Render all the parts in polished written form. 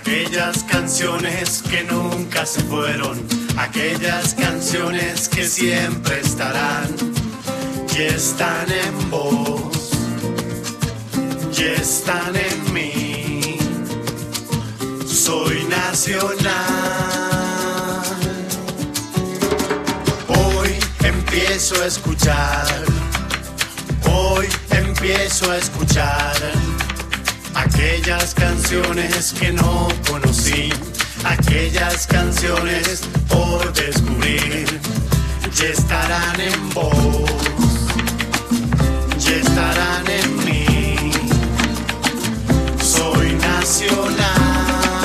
aquellas canciones que nunca se fueron, aquellas canciones que siempre estarán, y están en vos, y están en mí. Soy nacional. Hoy empiezo a escuchar, hoy empiezo a escuchar aquellas canciones que no conocí, aquellas canciones por descubrir, y estarán en vos, y estarán en mí. Soy nacional,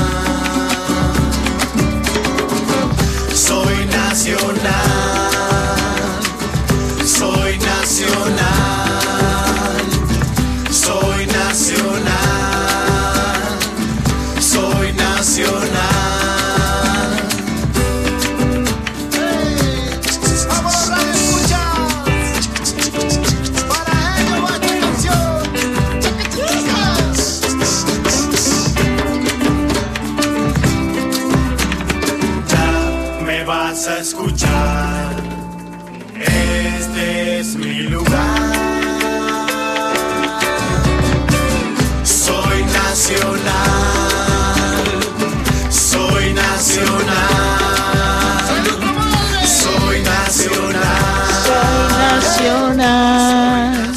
soy nacional, soy nacional, soy nacional, soy nacional. Vamos a escuchar. Para ello va esta canción. Ya me vas a escuchar. Este es mi lugar. Soy nacional, soy nacional, soy nacional, Nacional.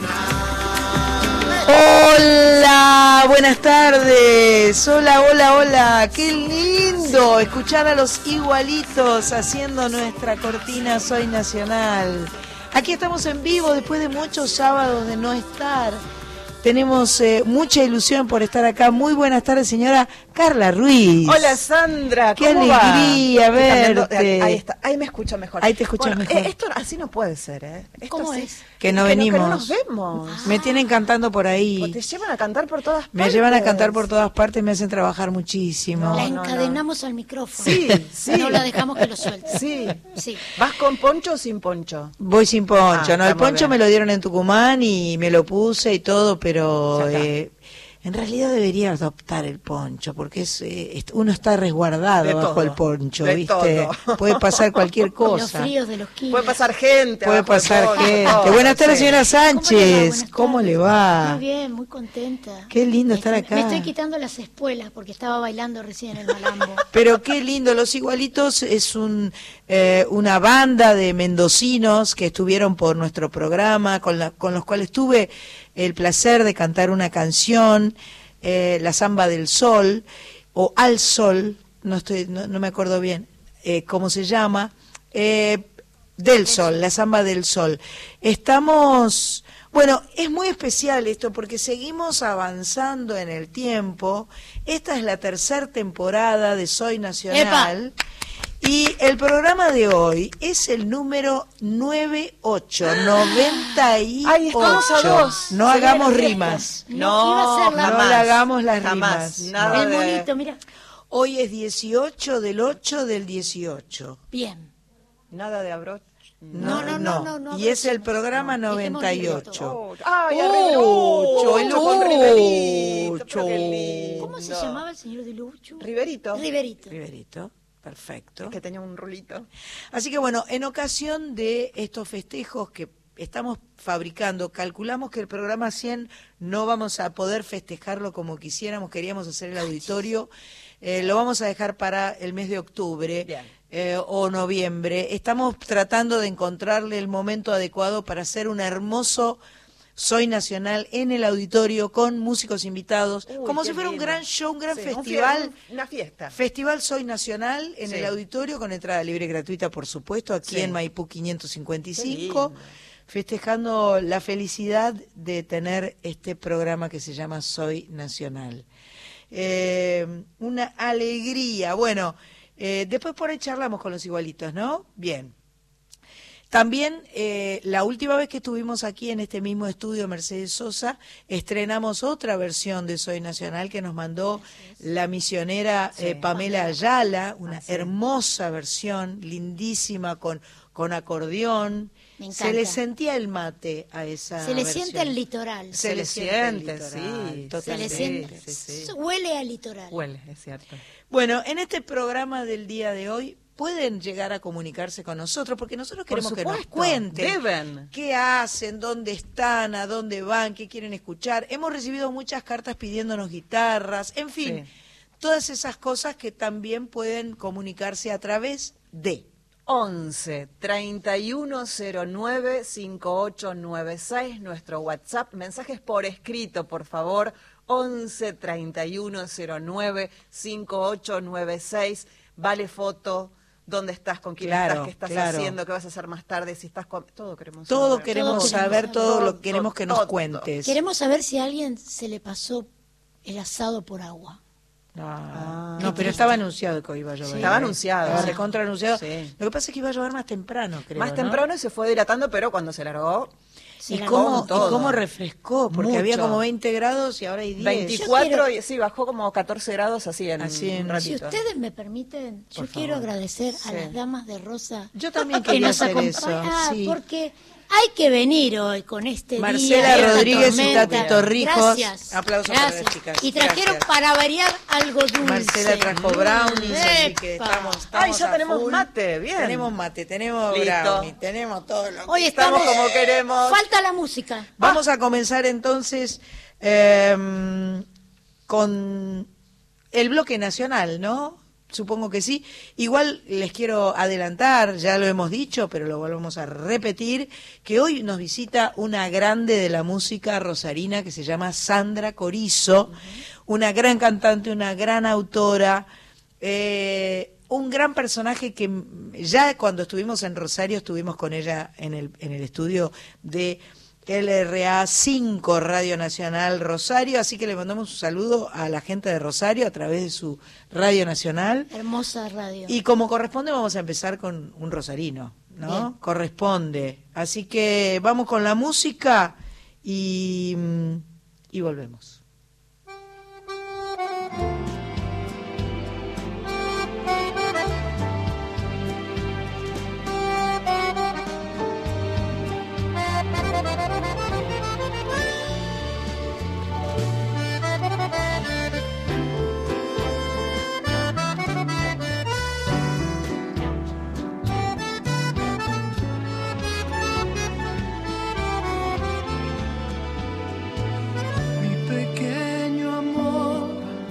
Hola, buenas tardes. Hola, hola, hola. Qué lindo escuchar a los Igualitos haciendo nuestra cortina Soy Nacional. Aquí estamos en vivo después de muchos sábados de no estar. Tenemos mucha ilusión por estar acá. Muy buenas tardes, señora Carla Ruiz. Hola Sandra, Qué ¿cómo va? alegría verte. Ahí está, ahí me escucho mejor. Ahí te escuchas mejor. Esto así no puede ser, ¿eh? Esto ¿Cómo sí. es? Que no Que venimos. no nos vemos. Me tienen cantando por ahí. O te llevan a cantar por todas partes. Me llevan a cantar por todas partes, me hacen trabajar muchísimo. La no. encadenamos al micrófono. Sí, sí. No la dejamos que lo suelte. Sí. Sí. ¿Vas con poncho o sin poncho? Voy sin poncho, Ah, no, el está muy poncho bien. me lo dieron en Tucumán y me lo puse y todo, pero Ya está. en realidad debería adoptar el poncho, porque uno está resguardado De bajo todo, el poncho, de ¿viste? todo. Puede pasar cualquier Los cosa. fríos de los kilos. Puede pasar gente. Puede abajo del pasar poncho, gente. todo, Buenas tardes, sí. señora Sánchez. Buenas ¿Cómo tardes. le va? Muy bien, muy contenta. Qué lindo estar acá. Me estoy quitando las espuelas porque estaba bailando recién el malambo. Pero qué lindo, Los Igualitos es una banda de mendocinos que estuvieron por nuestro programa, con los cuales tuve el placer de cantar una canción, La Zamba del Sol, o Al Sol, no me acuerdo bien cómo se llama, del Sol, La Zamba del Sol. Estamos... Bueno, es muy especial esto porque seguimos avanzando en el tiempo. Esta es la tercera temporada de Soy Nacional. Y el programa de hoy es el número 98. Ahí estamos a dos. No Se hagamos viene la rimas. fiesta. No, iba a ser la- No le hagamos las Jamás, rimas. nada El de- monito, mira. Hoy es 18 del 8 del 18. Bien. Nada de abrocho. No, Y es el abrochemos. programa No, dejémosle 98. Oh, ay, arreglo Lucho, el con Lucho. Riverito, pero qué lindo. ¿Cómo se llamaba el señor de Lucho? Riverito. Riverito. Riverito, perfecto. Que tenía un rulito. Así que bueno, en ocasión de estos festejos que estamos fabricando, calculamos que el programa 100 no vamos a poder festejarlo como quisiéramos, queríamos hacer el auditorio, lo vamos a dejar para el mes de octubre. Bien. O noviembre. Estamos tratando de encontrarle el momento adecuado para hacer un hermoso Soy Nacional en el auditorio con músicos invitados, Uy, como qué si fuera un lindo. gran show, un gran Sí, festival. una fiesta. Festival Soy Nacional en Sí. el auditorio con entrada libre y gratuita, por supuesto, aquí Sí. en Maipú Qué 555, lindo. festejando la felicidad de tener este programa que se llama Soy Nacional. Una alegría. Bueno, después por ahí charlamos con los Igualitos, ¿no? Bien. También la última vez que estuvimos aquí en este mismo estudio, Mercedes Sosa, estrenamos otra versión de Soy Nacional que nos mandó la misionera Sí. Pamela Ayala, una Ah, sí. hermosa versión, lindísima, con con acordeón. Me Se le encanta. sentía el mate a esa Se le versión. siente el litoral. Se le siente, el sí. litoral, Se le totalmente. siente. sí. Huele a litoral. Huele, es cierto. Bueno, en este programa del día de hoy pueden llegar a comunicarse con nosotros porque nosotros Por queremos que nos supuesto, cuenten deben. qué hacen, dónde están, a dónde van, qué quieren escuchar. Hemos recibido muchas cartas pidiéndonos guitarras, en fin, Sí. todas esas cosas que también pueden comunicarse a través de 11 3109 5896, nuestro WhatsApp. Mensajes por escrito, por favor. 11 3109 5896. Vale foto. ¿Dónde estás? ¿Con quién Claro, estás? ¿Qué estás claro. haciendo? ¿Qué vas a hacer más tarde? Si estás con... Todo queremos todo saber. queremos Todo saber, queremos todo saber. lo queremos que nos Todo. cuentes. Queremos saber si a alguien se le pasó el asado por agua. No, pero estaba anunciado que hoy iba a llover. Sí. Estaba anunciado. Estaba Sí. recontra anunciado. Sí. Lo que pasa es que iba a llover más temprano, creo. Más ¿no? temprano y se fue dilatando, pero cuando se largó, Se ¿Y la cómo, con todo. y cómo refrescó? Porque Mucho. había como 20 grados y ahora hay 10. 24 quiero- y sí, bajó como 14 grados así en Así en- un ratito. Si ustedes me permiten, yo quiero agradecer a Sí. las damas de Rosa Yo también que quería nos hacer eso, acompañan. sí. Porque hay que venir hoy con este Marcela día. esta Rodríguez y tormenta. Tati Torrijos. Gracias. Aplausos para gracias. las chicas. Y trajeron Gracias. para variar algo dulce. Marcela trajo brownies, así que ¡Epa! estamos Ay, ya a tenemos full. mate, bien. Tenemos mate, tenemos Listo. brownie, tenemos todo lo que... Hoy Estamos como queremos. Falta la música. Vamos a comenzar entonces con el bloque nacional, ¿no? Supongo que sí. Igual les quiero adelantar, ya lo hemos dicho, pero lo volvemos a repetir, que hoy nos visita una grande de la música rosarina que se llama Sandra Corizo, una gran cantante, una gran autora, un gran personaje que ya cuando estuvimos en Rosario estuvimos con ella en el estudio de LRA 5 Radio Nacional Rosario, así que le mandamos un saludo a la gente de Rosario a través de su Radio Nacional. Hermosa radio. Y como corresponde vamos a empezar con un rosarino, ¿no? Bien. Corresponde. Así que vamos con la música y volvemos. Mi pequeño amor,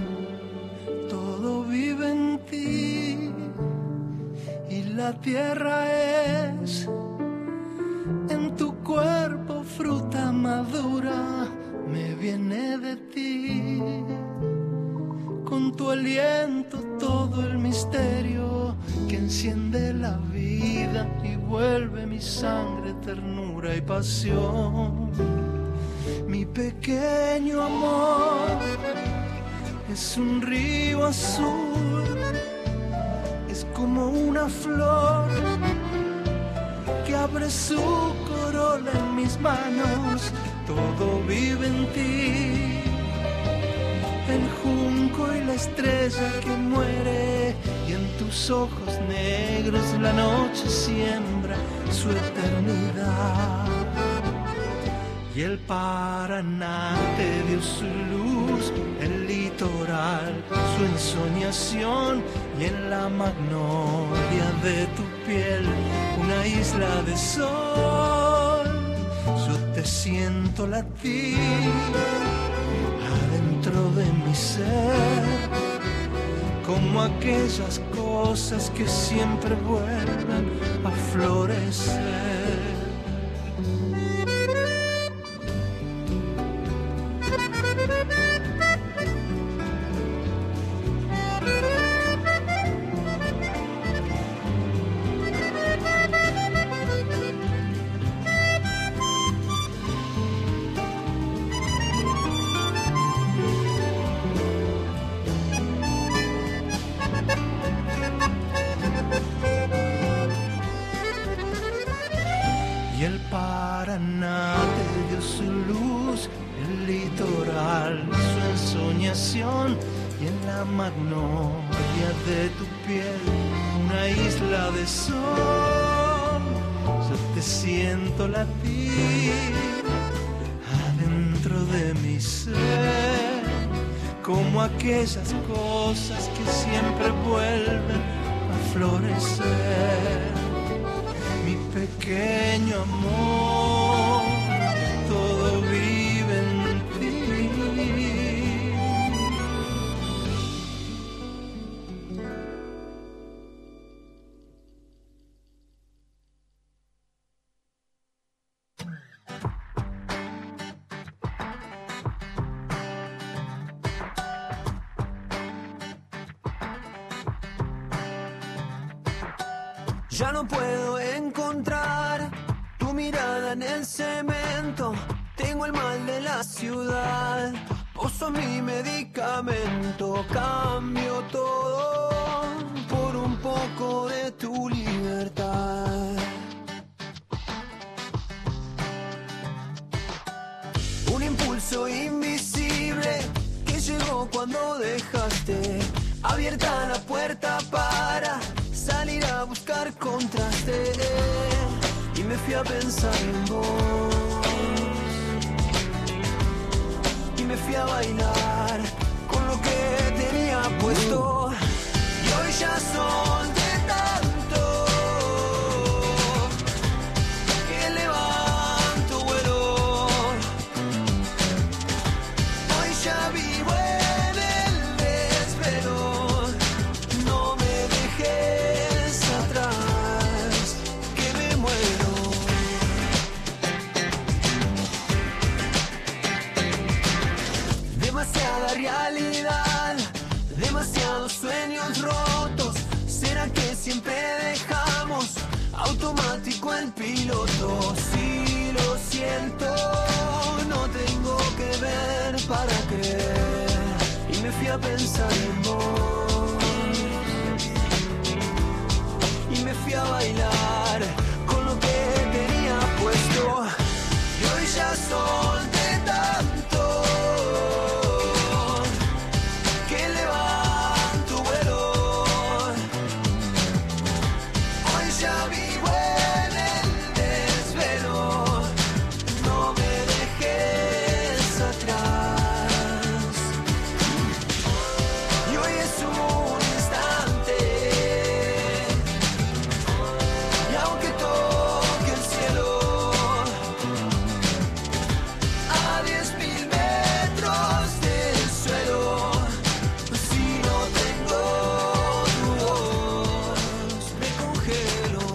todo vive en ti y la tierra es en tu cuerpo fruta madura, me viene de ti. Con tu aliento todo el misterio que enciende la vida y vuelve mi sangre ternura y pasión. Mi pequeño amor es un río azul, es como una flor que abre su corola en mis manos, todo vive en ti. El junco y la estrella que muere y en tus ojos negros la noche siembra su eternidad. Y el Paraná te dio su luz, el litoral su ensoñación y en la magnolia de tu piel una isla de sol. Yo te siento latir adentro de mi ser, como aquellas cosas que siempre vuelven a florecer. Y el Paraná te dio su luz, el litoral su ensoñación y en la magnolia de tu piel una isla de sol. yo te siento latir adentro de mi ser, como aquellas cosas que siempre vuelven a florecer. Mi pequeño amor, todo vive en ti. Ya no puedo encontrar tu mirada en el cemento. Tengo el mal de la ciudad, vos sos mi medicamento. Cambio todo por un poco de tu libertad. Un impulso invisible que llegó cuando dejaste abierta la puerta para salir a buscar contraste, y me fui a pensar en vos, y me fui a bailar con lo que tenía puesto, y hoy ya son de tanto que levanto vuelo. Hoy ya vivo en el desvelo. No me dejes atrás, que me muero. Demasiada realidad, demasiados sueños rotos. ¿Será que siempre dejamos automático el piloto? Si lo siento, no tengo que ver para creer. Y me fui a pensar en vos, y me fui a bailar con lo que tenía puesto, y hoy ya solté tanto que levanto vuelo. Hoy ya vivo en el desvelo. No me dejes atrás. Y hoy es un instante, y aunque toque el cielo a 10.000 metros del suelo, si no tengo tu voz, me congelo.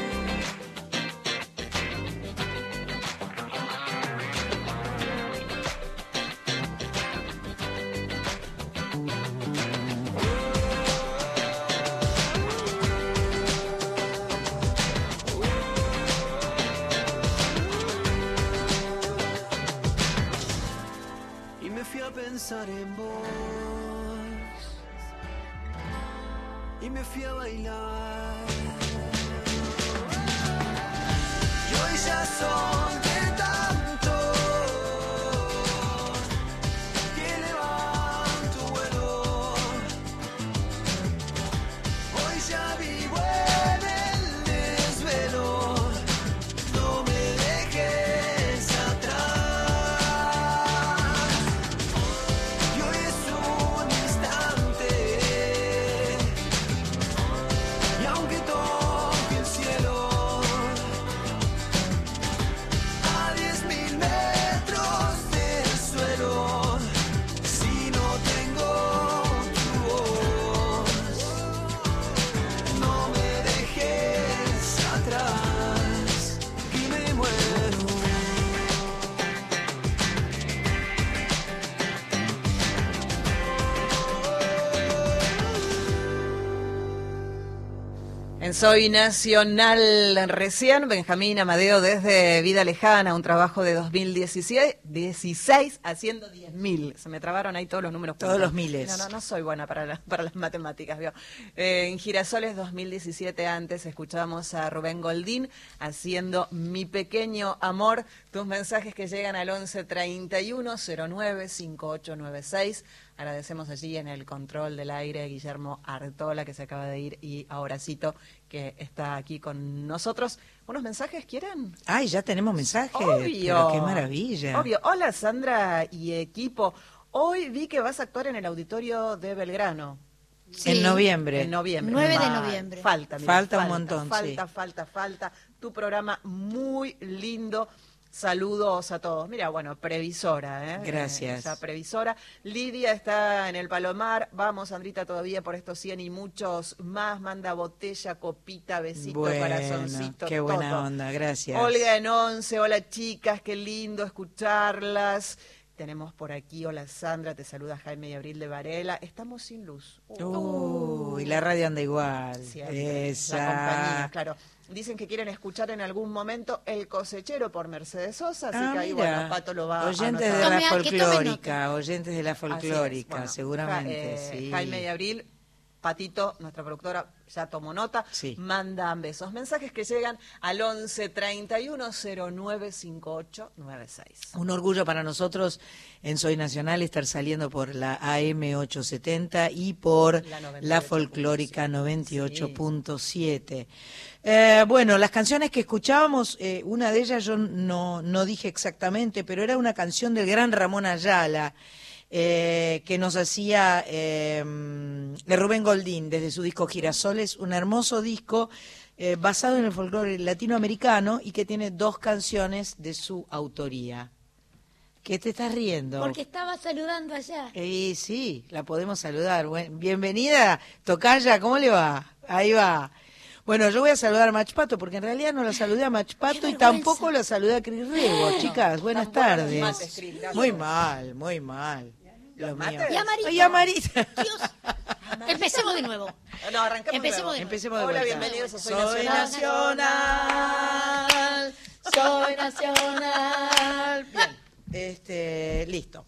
Y me fui a pensar en vos, y me fui a bailar. Y hoy ya son de tanto que levanto vuelo. Hoy ya vivo en el desvelo. No me dejes atrás. Y hoy es un instante, y aunque toque el cielo a 10.000 metros del suelo, si no tengo tu voz, no me dejes atrás, y me muero. En Soy Nacional, recién Benjamín Amadeo desde Vida Lejana, un trabajo de 2016 haciendo 10.000. Se me trabaron ahí todos los números. Todos juntos. los miles. No soy buena para las matemáticas, ¿vio? En Girasoles 2017 antes escuchamos a Rubén Goldín haciendo Mi Pequeño Amor. Tus mensajes que llegan al 11 31 09 5896. Agradecemos allí en el control del aire a Guillermo Artola, que se acaba de ir, y a Horacito, que está aquí con nosotros. ¿Unos mensajes quieren? Ay, ya tenemos mensajes. Obvio. Pero qué maravilla. Obvio. Hola, Sandra y equipo. Hoy vi que vas a actuar en el auditorio de Belgrano. Sí. En noviembre. En noviembre. 9 de Mal. noviembre. Falta un montón, Falta. Tu programa muy lindo. Saludos a todos. Mira, bueno, previsora, ¿eh? Gracias. Esa previsora. Lidia está en el Palomar. Vamos, Sandrita, todavía por estos 100 y muchos más. Manda botella, copita, besito, Bueno, corazoncito. qué buena todo. onda, gracias. Olga en 11. Hola, chicas, qué lindo escucharlas. Tenemos por aquí, hola Sandra, te saluda Jaime y Abril de Varela. Estamos sin luz. Y la radio anda igual. Siempre, Esa. la compañía, claro. Dicen que quieren escuchar en algún momento El Cosechero por Mercedes Sosa, así que ahí, mira. bueno, Pato lo va Oyentes a de anotar. la Tome- que tome folclórica, oyentes de la Así es, folclórica, bueno, seguramente, sí. Jaime y Abril, Patito, nuestra productora, ya tomó nota, Sí. mandan besos. Mensajes que llegan al 11 31 09 58 96. Un orgullo para nosotros en Soy Nacional estar saliendo por la AM 870 y por La 98.7. la folclórica 98.7. Bueno, las canciones que escuchábamos, una de ellas yo no dije exactamente, pero era una canción del gran Ramón Ayala, que nos hacía de Rubén Goldín desde su disco Girasoles, un hermoso disco basado en el folclore latinoamericano y que tiene 2 canciones de su autoría. ¿Qué te estás riendo? Porque estaba saludando allá. Sí, la podemos saludar. Bienvenida, Tocaya, ¿cómo le va? Ahí va. Bueno, yo voy a saludar a Machpato, porque en realidad no la saludé a Machpato y vergüenza. tampoco la saludé a Cris Rego, chicas. Buenas Tan buenos los tardes. mates, Cris, gracias. Muy mal, muy mal. ¿Los Lo mates? mío. Y a Marita. Ay, a Marita. Dios. Empecemos de nuevo. No, arrancamos Empecemos de nuevo. de Empecemos de Hola, vuelta. bienvenidos a Soy Soy Nacional. nacional, soy nacional. Bien, listo.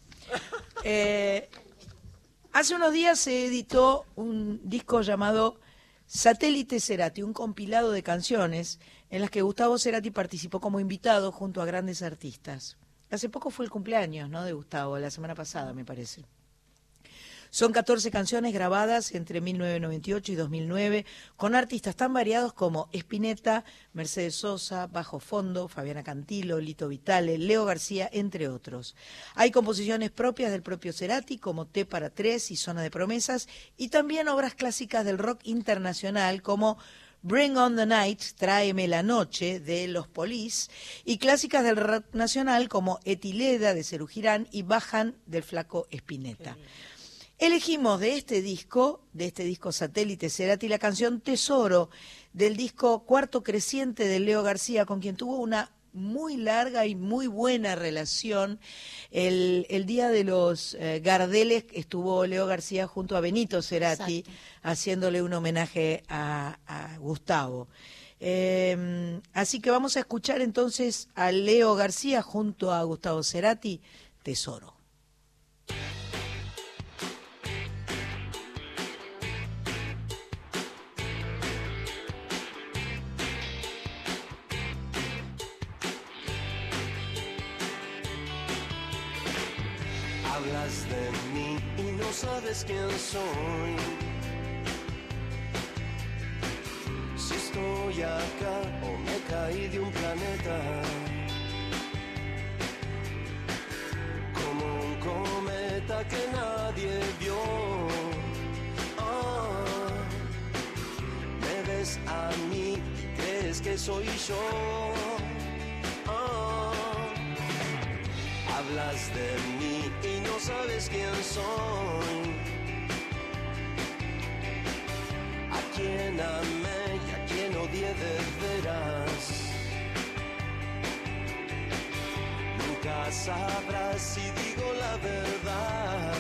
Hace unos días se editó un disco llamado Satélite Cerati, un compilado de canciones en las que Gustavo Cerati participó como invitado junto a grandes artistas. Hace poco fue el cumpleaños, ¿no?, de Gustavo, la semana pasada, me parece. Son 14 canciones grabadas entre 1998 y 2009 con artistas tan variados como Spinetta, Mercedes Sosa, Bajo Fondo, Fabiana Cantilo, Lito Vitale, Leo García, entre otros. Hay composiciones propias del propio Cerati como T para Tres y Zona de Promesas y también obras clásicas del rock internacional como Bring on the Night, Tráeme la Noche, de Los Police, y clásicas del rock nacional como Etileda, de Serú Girán, y Bajan, del Flaco Spinetta. Elegimos de este disco Satélite Cerati, la canción Tesoro, del disco Cuarto Creciente de Leo García, con quien tuvo una muy larga y muy buena relación. El día de los Gardeles estuvo Leo García junto a Benito Cerati, Exacto, haciéndole un homenaje a Gustavo. Así que vamos a escuchar entonces a Leo García junto a Gustavo Cerati, Tesoro. Hablas de mí y no sabes quién soy. Si estoy acá o me caí de un planeta, como un cometa que nadie vio. Me ves a mí y crees que soy yo. Hablas de mí y no sabes quién soy. A quien amé y a quien odié de veras. Nunca sabrás si digo la verdad.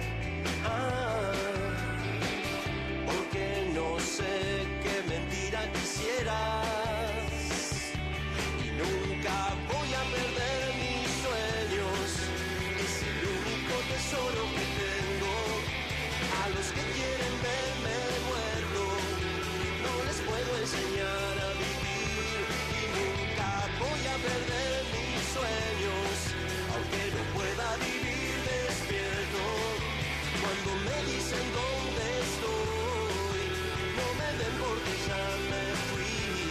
Porque no sé qué mentira quisieras. Y nunca voy a perder mis sueños. Es el único tesoro que tengo. A los que quieren verme muerto, no les puedo enseñar a vivir. Y nunca voy a perder mis sueños, aunque no pueda vivir despierto. me dicen dónde estoy, no me ven porque ya me fui.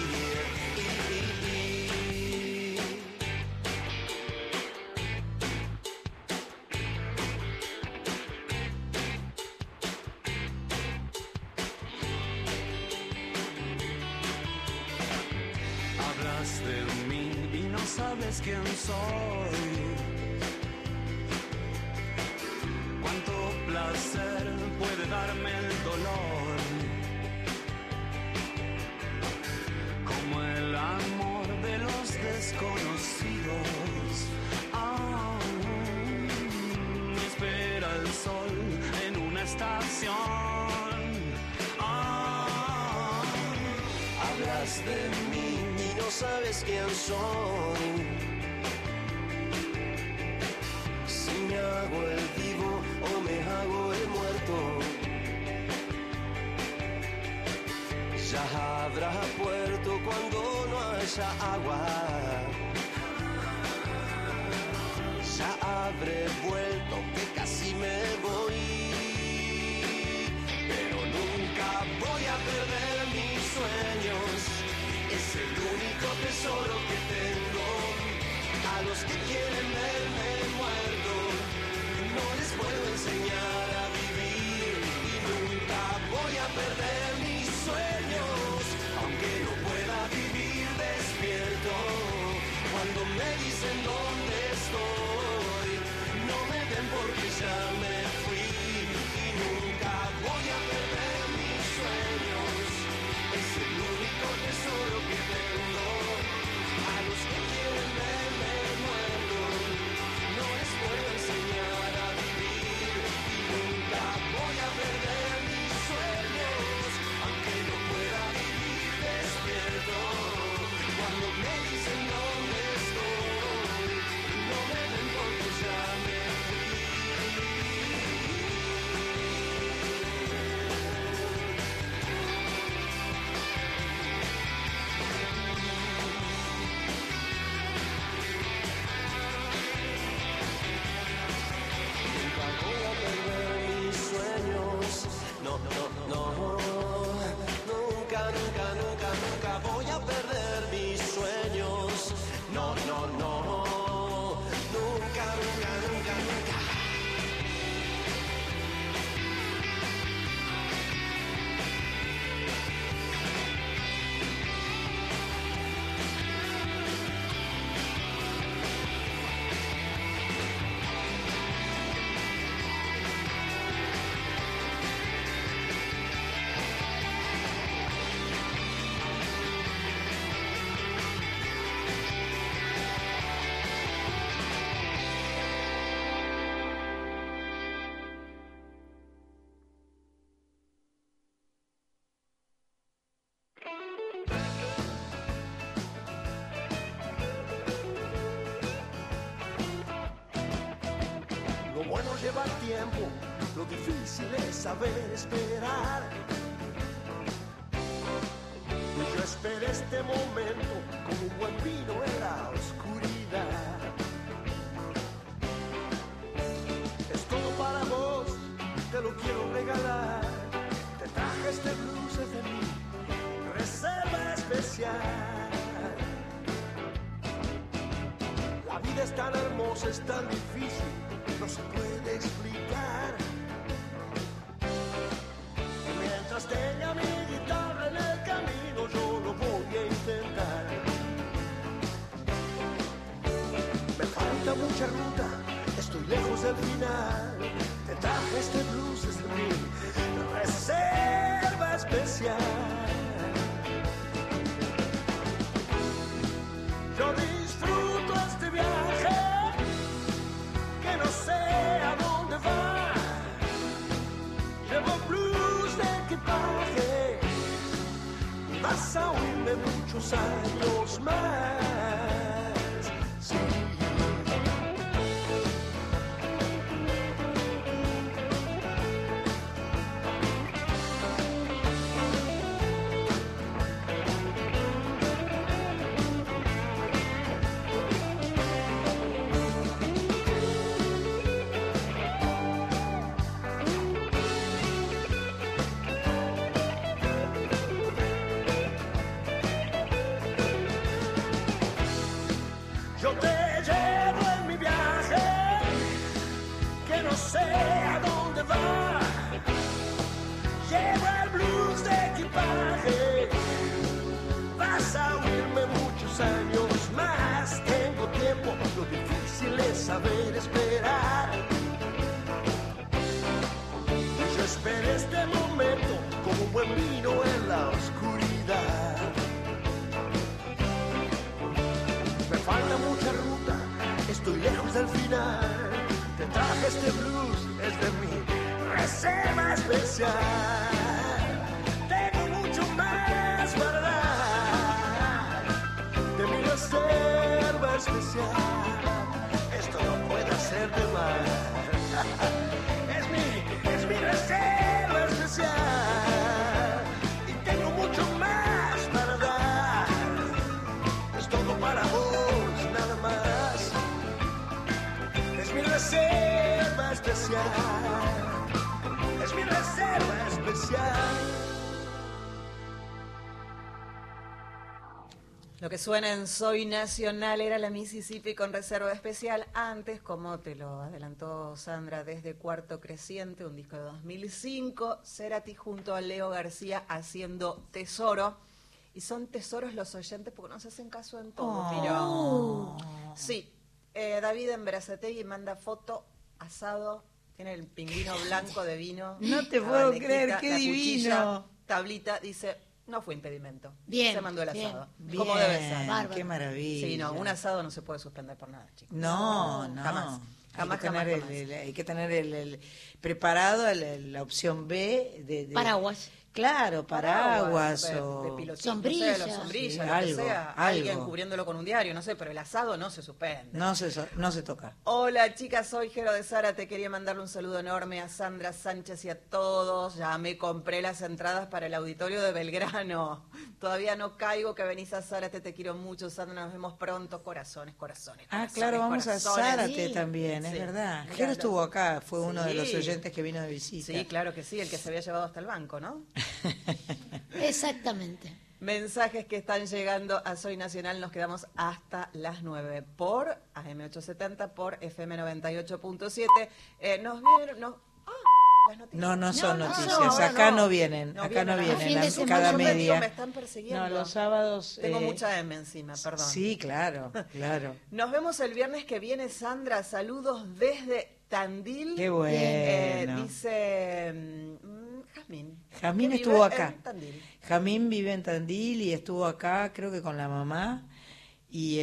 Hablas de mí y no sabes quién soy. Cuánto placer puede darme el dolor, como el amor de los desconocidos. Espera el sol en una estación. Hablas de mí y no sabes quién soy. Si me hago el vivo o me hago el muerto, ya habrá puerto cuando no haya agua. Ya habré vuelto que casi me voy, pero nunca voy a perder mis sueños. Es el único tesoro que tengo. A los que quieren verme muerto, no les puedo enseñar a vivir. Y nunca voy a perder mis sueños, aunque no pueda vivir despierto. Cuando me dicen dónde estoy, no me ven porque ya me fui. Y nunca voy a perder mis sueños. Es el único tesoro que tengo. A los que quieren verme muerto, no les puedo enseñar a vivir. Y nunca voy a perder mis sueños, aunque no pueda vivir despierto. Cuando me dicen dónde estoy, no me ven porque ya me fui. Nunca voy a perder mis sueños. No, no, no. Nunca, nunca, nunca, nunca voy a perder mis sueños. No, no, no. Nunca, nunca, nunca, nunca. Lo bueno lleva tiempo, lo difícil es saber esperar. Yo esperé este momento como un buen vino en la oscuridad. Es todo para vos, te lo quiero regalar. Te traje este blues de mí, reserva especial. La vida es tan hermosa, es tan difícil, no se puede explicar. Mientras tenga mi guitarra en el camino, yo lo voy a intentar. Me falta mucha ruta, estoy lejos del final. Te traje este blues desde mi reserva especial. Yo disfruto este viaje, que no sé a dónde va. Llevo blues de equipaje, vas a oírme muchos años más. Sí. final. Te traje este blues, es de mi reserva especial. Tengo mucho más para dar de mi reserva especial. Esto no puede hacerte mal. Es mi reserva especial. Y tengo mucho más para dar. Es todo para vos, nada más. Es mi reserva especial. Es mi reserva especial. Lo que suena en Soy Nacional era la Mississippi con reserva especial. Antes, como te lo adelantó Sandra, desde Cuarto Creciente, un disco de 2005, Cerati junto a Leo García haciendo Tesoro. Y son tesoros los oyentes porque nos hacen caso en todo. Mira. Sí, David en Berazategui manda foto, asado, tiene el pingüino blanco de vino. No te la puedo bandequita, creer, qué la divino. cuchilla, tablita, dice... No fue impedimento. Bien, Se mandó el bien. asado. Bien, Como debe ser. Bárbaro. qué maravilla. Sí, no, un asado no se puede suspender por nada, chicos. No. Jamás. Jamás, hay que tener, jamás. hay que tener el preparado la opción B de Paraguas. Claro, paraguas de o pilotín, Sombrilla. no sé, los sombrillas, Sí, lo que algo, sea. algo. Alguien cubriéndolo con un diario, no sé, pero el asado no se suspende. no se toca. Hola chicas, soy Jero de Zárate, quería mandarle un saludo enorme a Sandra Sánchez y a todos. Ya me compré las entradas para el auditorio de Belgrano. Todavía no caigo que venís a Zárate, te quiero mucho, Sandra, nos vemos pronto. Corazones, corazones. Ah, corazones, claro, vamos a corazones. Zárate Sí, también, es sí. verdad. Mirá, Jero estuvo acá, fue uno de Sí. los oyentes que vino de visita. Sí, claro que sí, el que se había llevado hasta el banco, ¿no? Exactamente. Mensajes que están llegando a Soy Nacional, nos quedamos hasta las 9 por AM870, por FM 98.7. Nos vieron... las noticias. No son No, noticias, no, acá no. no vienen, No acá no vienen. A fin vienen, de a semana cada no Yo te digo, media. me están persiguiendo. No, los sábados... Tengo mucha M encima, perdón. Sí, claro. Nos vemos el viernes que viene, Sandra. Saludos desde Tandil. Qué bueno. Dice Jazmín. Jazmín que estuvo vive acá. en Tandil. Jamín vive en Tandil y estuvo acá, creo que con la mamá. Y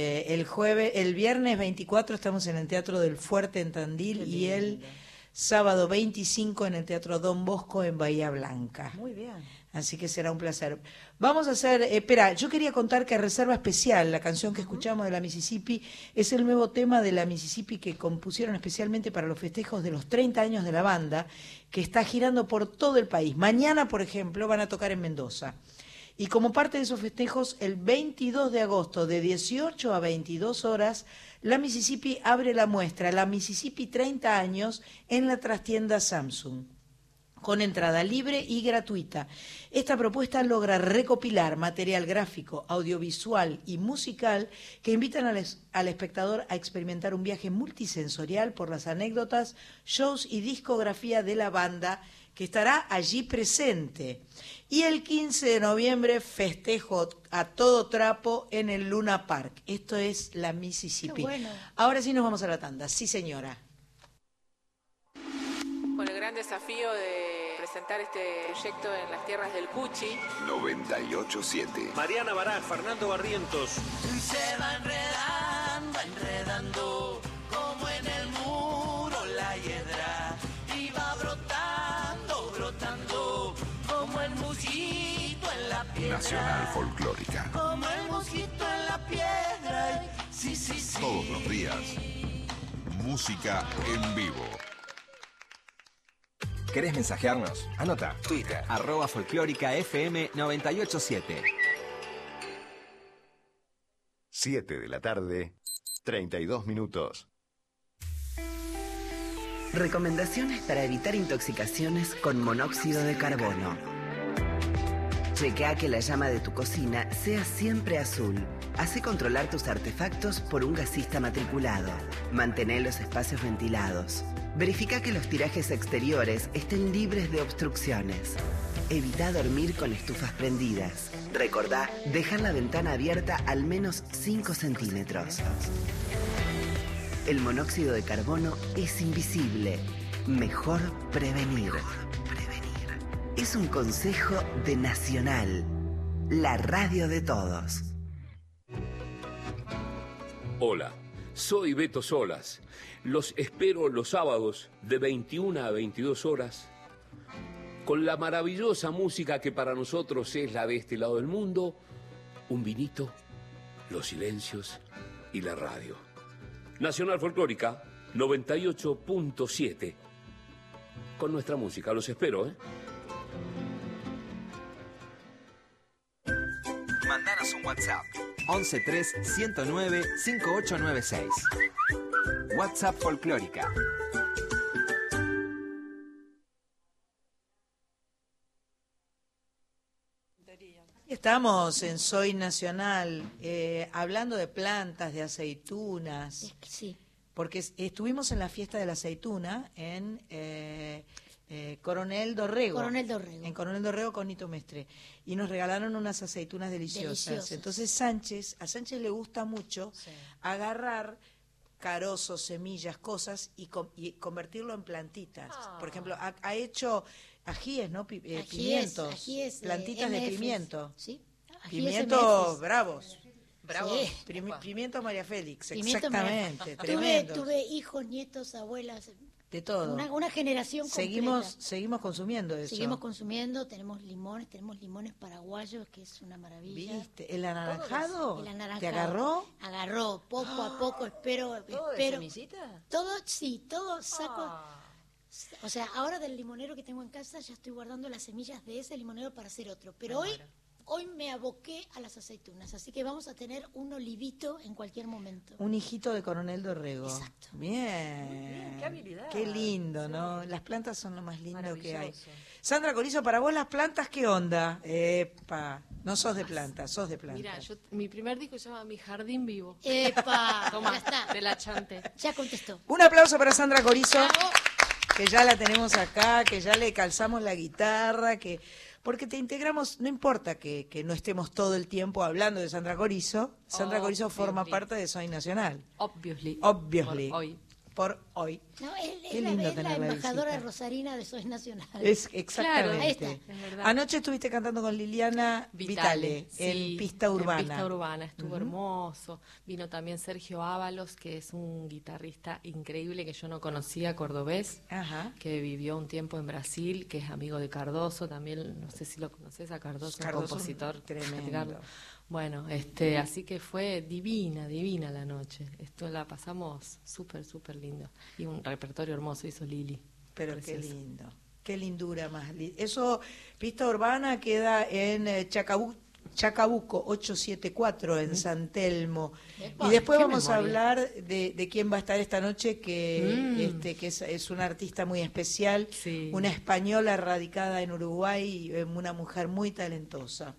el viernes 24 estamos en el Teatro del Fuerte en Tandil Qué y el lindo. sábado 25 en el Teatro Don Bosco en Bahía Blanca. Muy bien. Así que será un placer. Vamos a hacer, espera, yo quería contar que Reserva Especial, la canción que escuchamos de la Mississippi, es el nuevo tema de la Mississippi que compusieron especialmente para los festejos de los 30 años de la banda, que está girando por todo el país. Mañana, por ejemplo, van a tocar en Mendoza. Y como parte de esos festejos, el 22 de agosto, de 18 a 22 horas, la Mississippi abre la muestra, la Mississippi 30 años, en la trastienda Samsung, con entrada libre y gratuita. Esta propuesta logra recopilar material gráfico, audiovisual y musical que invitan al espectador a experimentar un viaje multisensorial por las anécdotas, shows y discografía de la banda que estará allí presente. Y el 15 de noviembre festejo a todo trapo en el Luna Park. Esto es la Mississippi. Qué bueno. Ahora sí nos vamos a la tanda. Sí, señora. Con el gran desafío de presentar este proyecto en las tierras del Cuchi. 98.7. Mariana Baraj, Fernando Barrientos. Se va enredando, enredando, como en el muro la hiedra. Y va brotando, brotando, como el mosquito en la piedra. Nacional Folclórica. Como el mosquito en la piedra. Sí, sí, sí. Todos los días. Música en vivo. ¿Querés mensajearnos? Anota. Twitter, @folclóricafm987. 7 de la tarde, 32 minutos. Recomendaciones para evitar intoxicaciones con monóxido de carbono. Chequea que la llama de tu cocina sea siempre azul. Hacé controlar tus artefactos por un gasista matriculado. Mantén los espacios ventilados. Verifica que los tirajes exteriores estén libres de obstrucciones. Evita dormir con estufas prendidas. Recordá dejar la ventana abierta al menos 5 centímetros. El monóxido de carbono es invisible. Mejor prevenir. Es un consejo de Nacional, la radio de todos. Hola, Soy Beto Solas. Los espero los sábados de 21 a 22 horas con la maravillosa música que para nosotros es la de este lado del mundo, un vinito, los silencios y la radio. Nacional Folclórica 98.7. Con nuestra música. Los espero, ¿eh? Mandanos un WhatsApp. 113-109-5896. WhatsApp Folclórica. Estamos en Soy Nacional hablando de plantas, de aceitunas. Sí. Porque estuvimos en la fiesta de la aceituna en Coronel Dorrego. En Coronel Dorrego con Nito Mestre. Y nos regalaron unas aceitunas deliciosas. Entonces a Sánchez le gusta mucho agarrar carozos, semillas, cosas y convertirlo en plantitas. Por ejemplo, ha hecho ajíes, ¿no? Pimientos, ajíes, plantitas de pimiento. Sí. Pimientos bravos. Bravo. Sí. Pimiento María Félix, Pimiento exactamente. Tremendo. Tuve hijos, nietos, abuelas. De todo. Una generación completa. Seguimos consumiendo eso. Seguimos consumiendo, tenemos limones paraguayos, que es una maravilla. ¿Viste? ¿El anaranjado? El anaranjado. ¿Te agarró? Agarró, poco a poco, espero. ¿Todo de semillita? Todo saco. O sea, ahora del limonero que tengo en casa ya estoy guardando las semillas de ese limonero para hacer otro. Pero hoy me aboqué a las aceitunas, así que vamos a tener un olivito en cualquier momento. Un hijito de Coronel Dorrego. Exacto. Bien. Muy bien, qué habilidad. Qué lindo, ¿no? Las plantas son lo más lindo que hay. Maravilloso. Sandra Corizo, para vos las plantas, ¿qué onda? Epa, no sos de plantas, sos de plantas. Mira, mi primer disco se llama Mi Jardín Vivo. ¡Epa! Toma, Ya está. te la chante. Ya contestó. Un aplauso para Sandra Corizo, que ya la tenemos acá, que ya le calzamos la guitarra, porque te integramos, no importa que no estemos todo el tiempo hablando de Sandra Corizo. Sandra Corizo forma parte de Soy Nacional. Obviously. Por hoy. No, Qué es lindo la tener la embajadora visita. rosarina de Soy Nacional. Exactamente. Claro, ahí está. Es verdad. Anoche estuviste cantando con Liliana Vitale en sí, Pista Urbana. En Pista Urbana, estuvo hermoso. Vino también Sergio Ábalos, que es un guitarrista increíble que yo no conocía, cordobés, que vivió un tiempo en Brasil, que es amigo de Cardoso, también, no sé si lo conoces a Cardoso, compositor tremendo. Bueno, así que fue divina la noche. Esto la pasamos súper lindo. Y un repertorio hermoso hizo Lili. Pero precioso. qué lindo, qué lindura más. Eso, Pista Urbana queda en Chacabuco 874 en San Telmo. Epa, Y después qué vamos a memoria. hablar de quién va a estar esta noche, que es una artista muy especial, una española radicada en Uruguay, una mujer muy talentosa.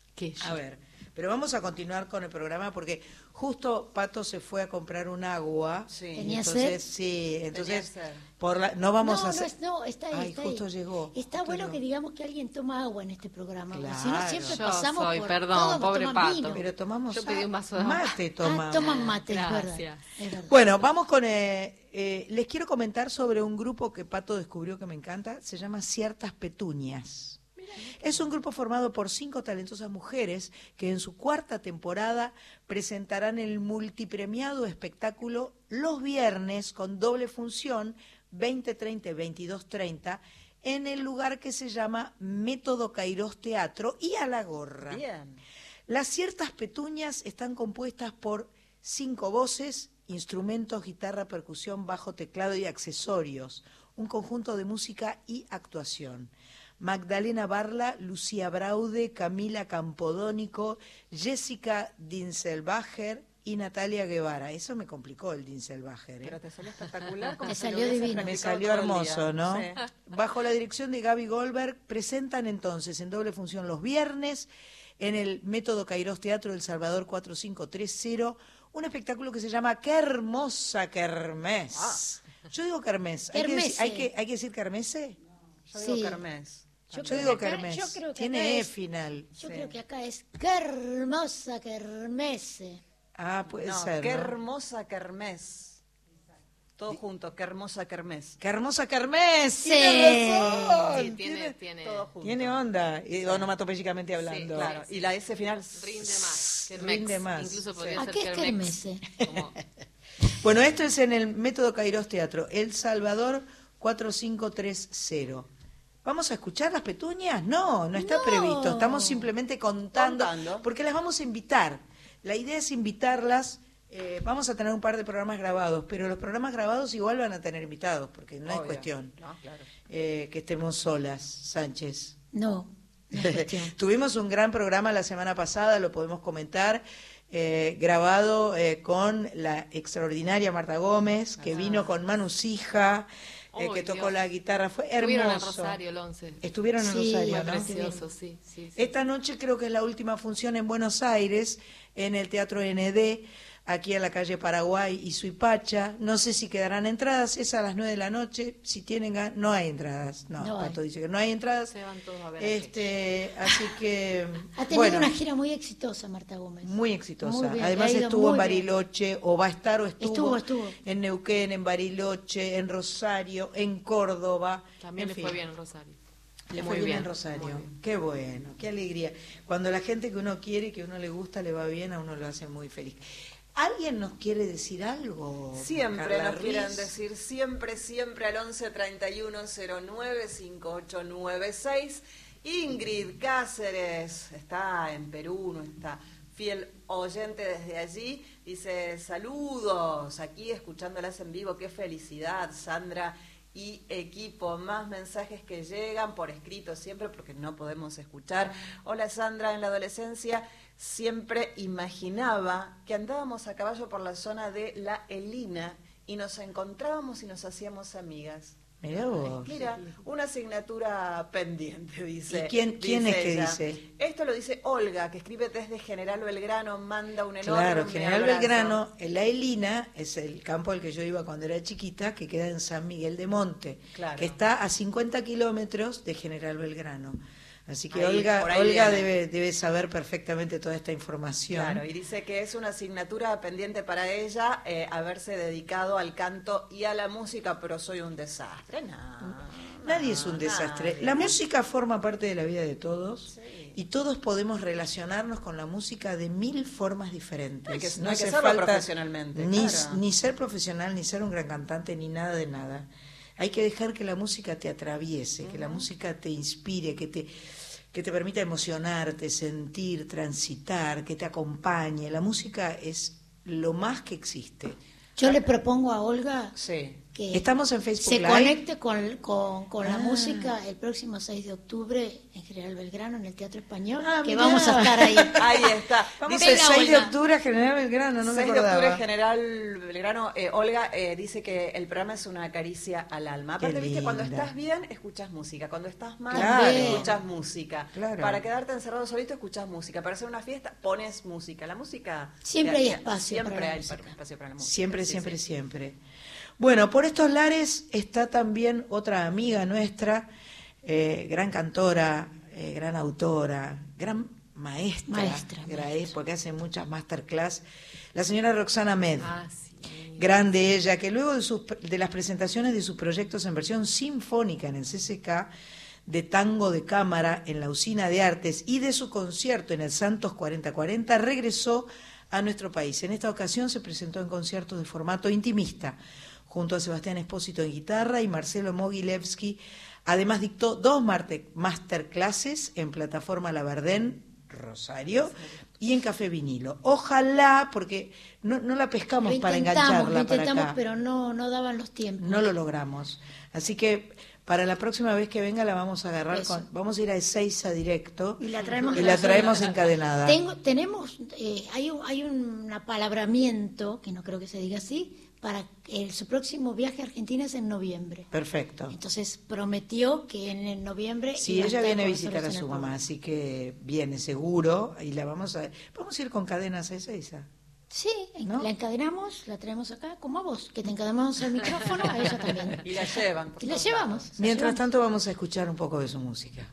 A ver, pero vamos a continuar con el programa porque justo Pato se fue a comprar un agua. ¿Tenía entonces, sed? Sí, entonces Tenía sed. no vamos a No, hacer. está ahí. Ay, está justo ahí. llegó. Está justo bueno llegó. que digamos que alguien toma agua en este programa. Porque si Claro. no, siempre Yo pasamos soy, por. perdón, todos pobre toman Pato. vino. Pero tomamos Yo pedí un vaso de mate, tomamos. Toman mate, es Gracias. verdad. Es verdad. Bueno, vamos con. Les quiero comentar sobre un grupo que Pato descubrió que me encanta. Se llama Ciertas Petunias. Es un grupo formado por 5 talentosas mujeres que en su 4ª temporada presentarán el multipremiado espectáculo los viernes con doble función 20:30 y 22:30 en el lugar que se llama Método Cairós Teatro y a la gorra. Bien. Las Ciertas Petunias están compuestas por 5 voces, instrumentos, guitarra, percusión, bajo, teclado y accesorios, un conjunto de música y actuación. Magdalena Barla, Lucía Braude, Camila Campodónico, Jessica Dinselbacher y Natalia Guevara. Eso me complicó el Dinselbacher. Pero te salió espectacular. Te salió divino. Me salió hermoso, ¿no? Sí. Bajo la dirección de Gaby Goldberg, presentan entonces en doble función los viernes en el Método Cairós Teatro del Salvador 4530, un espectáculo que se llama ¡Qué hermosa kermés! Yo digo kermés. ¿Hay que decir kermese? Yo digo kermés. Yo digo kermés. Tiene final. Yo creo que acá es qué hermosa kermese. Ah, puede ser. Qué ¿no? hermosa kermés. Todo junto, qué hermosa kermés. ¡Qué hermosa kermés! Sí. ¡Tiene razón! Sí, tiene todo junto. Tiene onda, onomatopéyicamente hablando. Sí, claro. Y la S final rinde más. Rinde más. Incluso podría ¿A ser qué es kermese? Como Bueno, esto es en el Método Kairos Teatro, El Salvador 4530. ¿Vamos a escuchar las petuñas? No, no está previsto. Estamos simplemente contando, porque las vamos a invitar. La idea es invitarlas. Vamos a tener un par de programas grabados, pero los programas grabados igual van a tener invitados, porque no es cuestión que estemos solas, Sánchez. No, no es cuestión. Tuvimos un gran programa la semana pasada, lo podemos comentar, grabado con la extraordinaria Marta Gómez, que vino con Manu Sija, que tocó la guitarra. Fue hermoso. Estuvieron en Rosario el 11. Estuvieron en Rosario, ¿no? Precioso, sí. Esta noche creo que es la última función en Buenos Aires, en el Teatro ND, aquí en la calle Paraguay y Suipacha. No sé si quedarán entradas, es a las 9 de la noche. Si tienen no hay entradas. No, Pato dice que no hay entradas. Se van todos a ver. Así que ha tenido una gira muy exitosa, Marta Gómez. Muy exitosa. Muy bien, además estuvo en Bariloche, bien. o va a estar o estuvo en Neuquén, en Bariloche, en Rosario, en Córdoba. También le fue bien en Rosario. Le fue bien en Rosario. Qué bueno, qué alegría. Cuando la gente que uno quiere, que uno le gusta, le va bien, a uno lo hace muy feliz. ¿Alguien nos quiere decir algo? Siempre Carla nos Ruiz? quieren decir, siempre al 11 31 09 5896. Ingrid Cáceres está en Perú, nuestra fiel oyente desde allí. Dice, saludos, aquí escuchándolas en vivo, qué felicidad, Sandra y equipo. Más mensajes que llegan por escrito siempre porque no podemos escuchar. Hola Sandra, en la adolescencia siempre imaginaba que andábamos a caballo por la zona de La Elina y nos encontrábamos y nos hacíamos amigas. Mirá vos. Mira, una asignatura pendiente, dice. ¿Y quién es que dice? Esto lo dice Olga, que escribe desde General Belgrano, manda un enorme Claro, General abrazo. Belgrano, La Elina es el campo al que yo iba cuando era chiquita, que queda en San Miguel de Monte, que está a 50 kilómetros de General Belgrano. Así que Ahí, Olga debe saber perfectamente toda esta información. Claro, y dice que es una asignatura pendiente para ella haberse dedicado al canto y a la música, pero soy un desastre. Nadie es un desastre. La música forma parte de la vida de todos y todos podemos relacionarnos con la música de 1000 formas diferentes. No hay que hacerlo profesionalmente. Ni ser profesional, ni ser un gran cantante, ni nada de nada. Hay que dejar que la música te atraviese, que la música te inspire, que te permita emocionarte, sentir, transitar, que te acompañe. La música es lo más que existe. Yo le propongo a Olga que estamos en Facebook se Live. conecte con la música el próximo 6 de octubre en General Belgrano, en el Teatro Español, que mirá. vamos a estar ahí. Ahí está. Dice el 6 de octubre General Belgrano, no me 6 de acordaba. octubre General Belgrano. Olga dice que el programa es una caricia al alma. Aparte, viste, cuando estás bien, escuchas música. Cuando estás mal, escuchas música. Claro. Para quedarte encerrado solito, escuchas música. Para hacer una fiesta, pones música. La música... Siempre hay espacio Siempre para la hay música. espacio para la música. Siempre. Bueno, por estos lares está también otra amiga nuestra, gran cantora, gran autora, gran maestra, porque hace muchas masterclass, la señora Roxana Med. Grande ella, que luego de las presentaciones de sus proyectos en versión sinfónica en el CCK, de tango de cámara en la Usina de Artes y de su concierto en el Santos 4040, regresó a nuestro país. En esta ocasión se presentó en conciertos de formato intimista, junto a Sebastián Espósito en guitarra y Marcelo Mogilevsky. Además dictó 2 masterclasses en Plataforma La Verdén, Rosario, y en Café Vinilo. Ojalá, porque no la pescamos para engancharla Lo intentamos, para acá. pero no daban los tiempos. No lo logramos. Así que para la próxima vez que venga la vamos a agarrar vamos a ir a Ezeiza directo y la traemos encadenada. Hay un apalabramiento, que no creo que se diga así, para su próximo viaje a Argentina es en noviembre. Perfecto. Entonces prometió que en noviembre... Sí, ella viene a visitar a su mamá, así que viene seguro y vamos a ir con cadenas a Ezeiza. Sí, ¿no? La encadenamos, la traemos acá, como a vos, que te encadenamos el micrófono, a ella también. Y la llevan. Y la llevamos. Mientras tanto vamos a escuchar un poco de su música.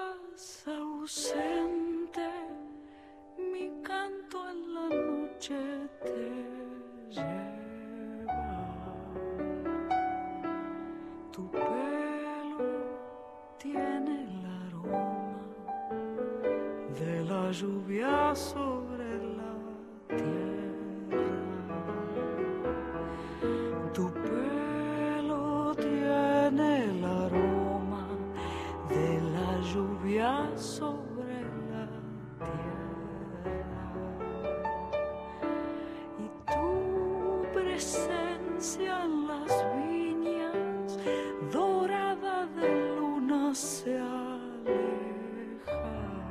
estás ausente, mi canto en la noche te lleva. Tu pelo tiene el aroma de la lluvia sobre la tierra. Tu pelo tiene el aroma de la lluvia sobre la tierra. Y tu presencia en las viñas dorada de luna se aleja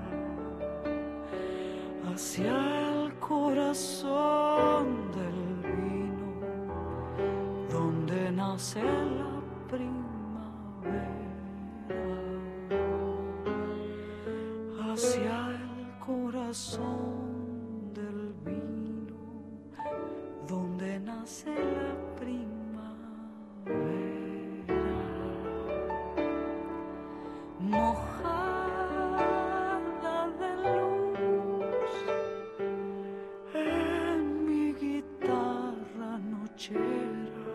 hacia el corazón del vino donde nace la primavera, hacia el corazón del vino donde nace la primavera. Mojada de luz en mi guitarra nochera,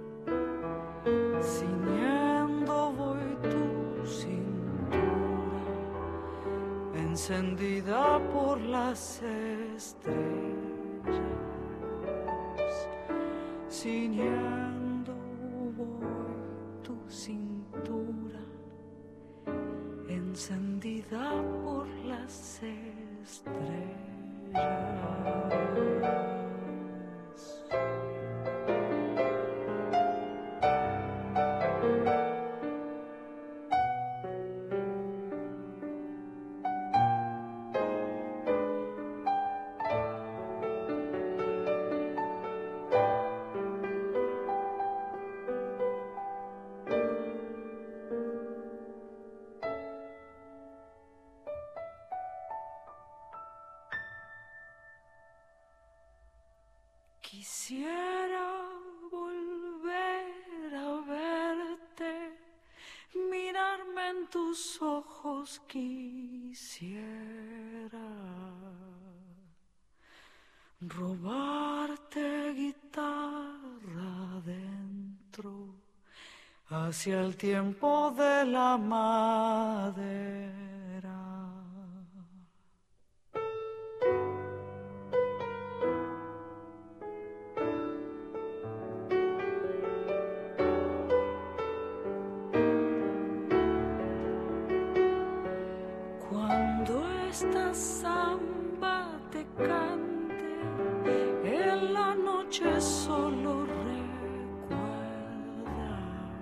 ciñendo voy tu cintura, encendida por las estrellas, ciñendo voy tu cintura, encendida por las estrellas. Quisiera volver a verte, mirarme en tus ojos, quisiera robarte guitarra adentro, hacia el tiempo de la madera. Esta samba te cante, en la noche solo recuerda,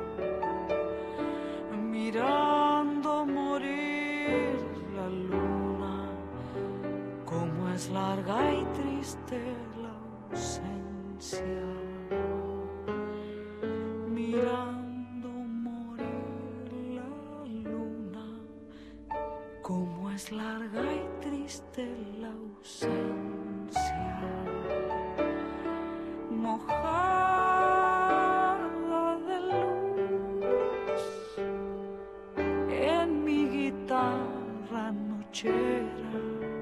mirando morir la luna, como es larga y triste la ausencia, mirando morir la luna, como es larga y triste la ausencia. Mojada de luz en mi guitarra nochera,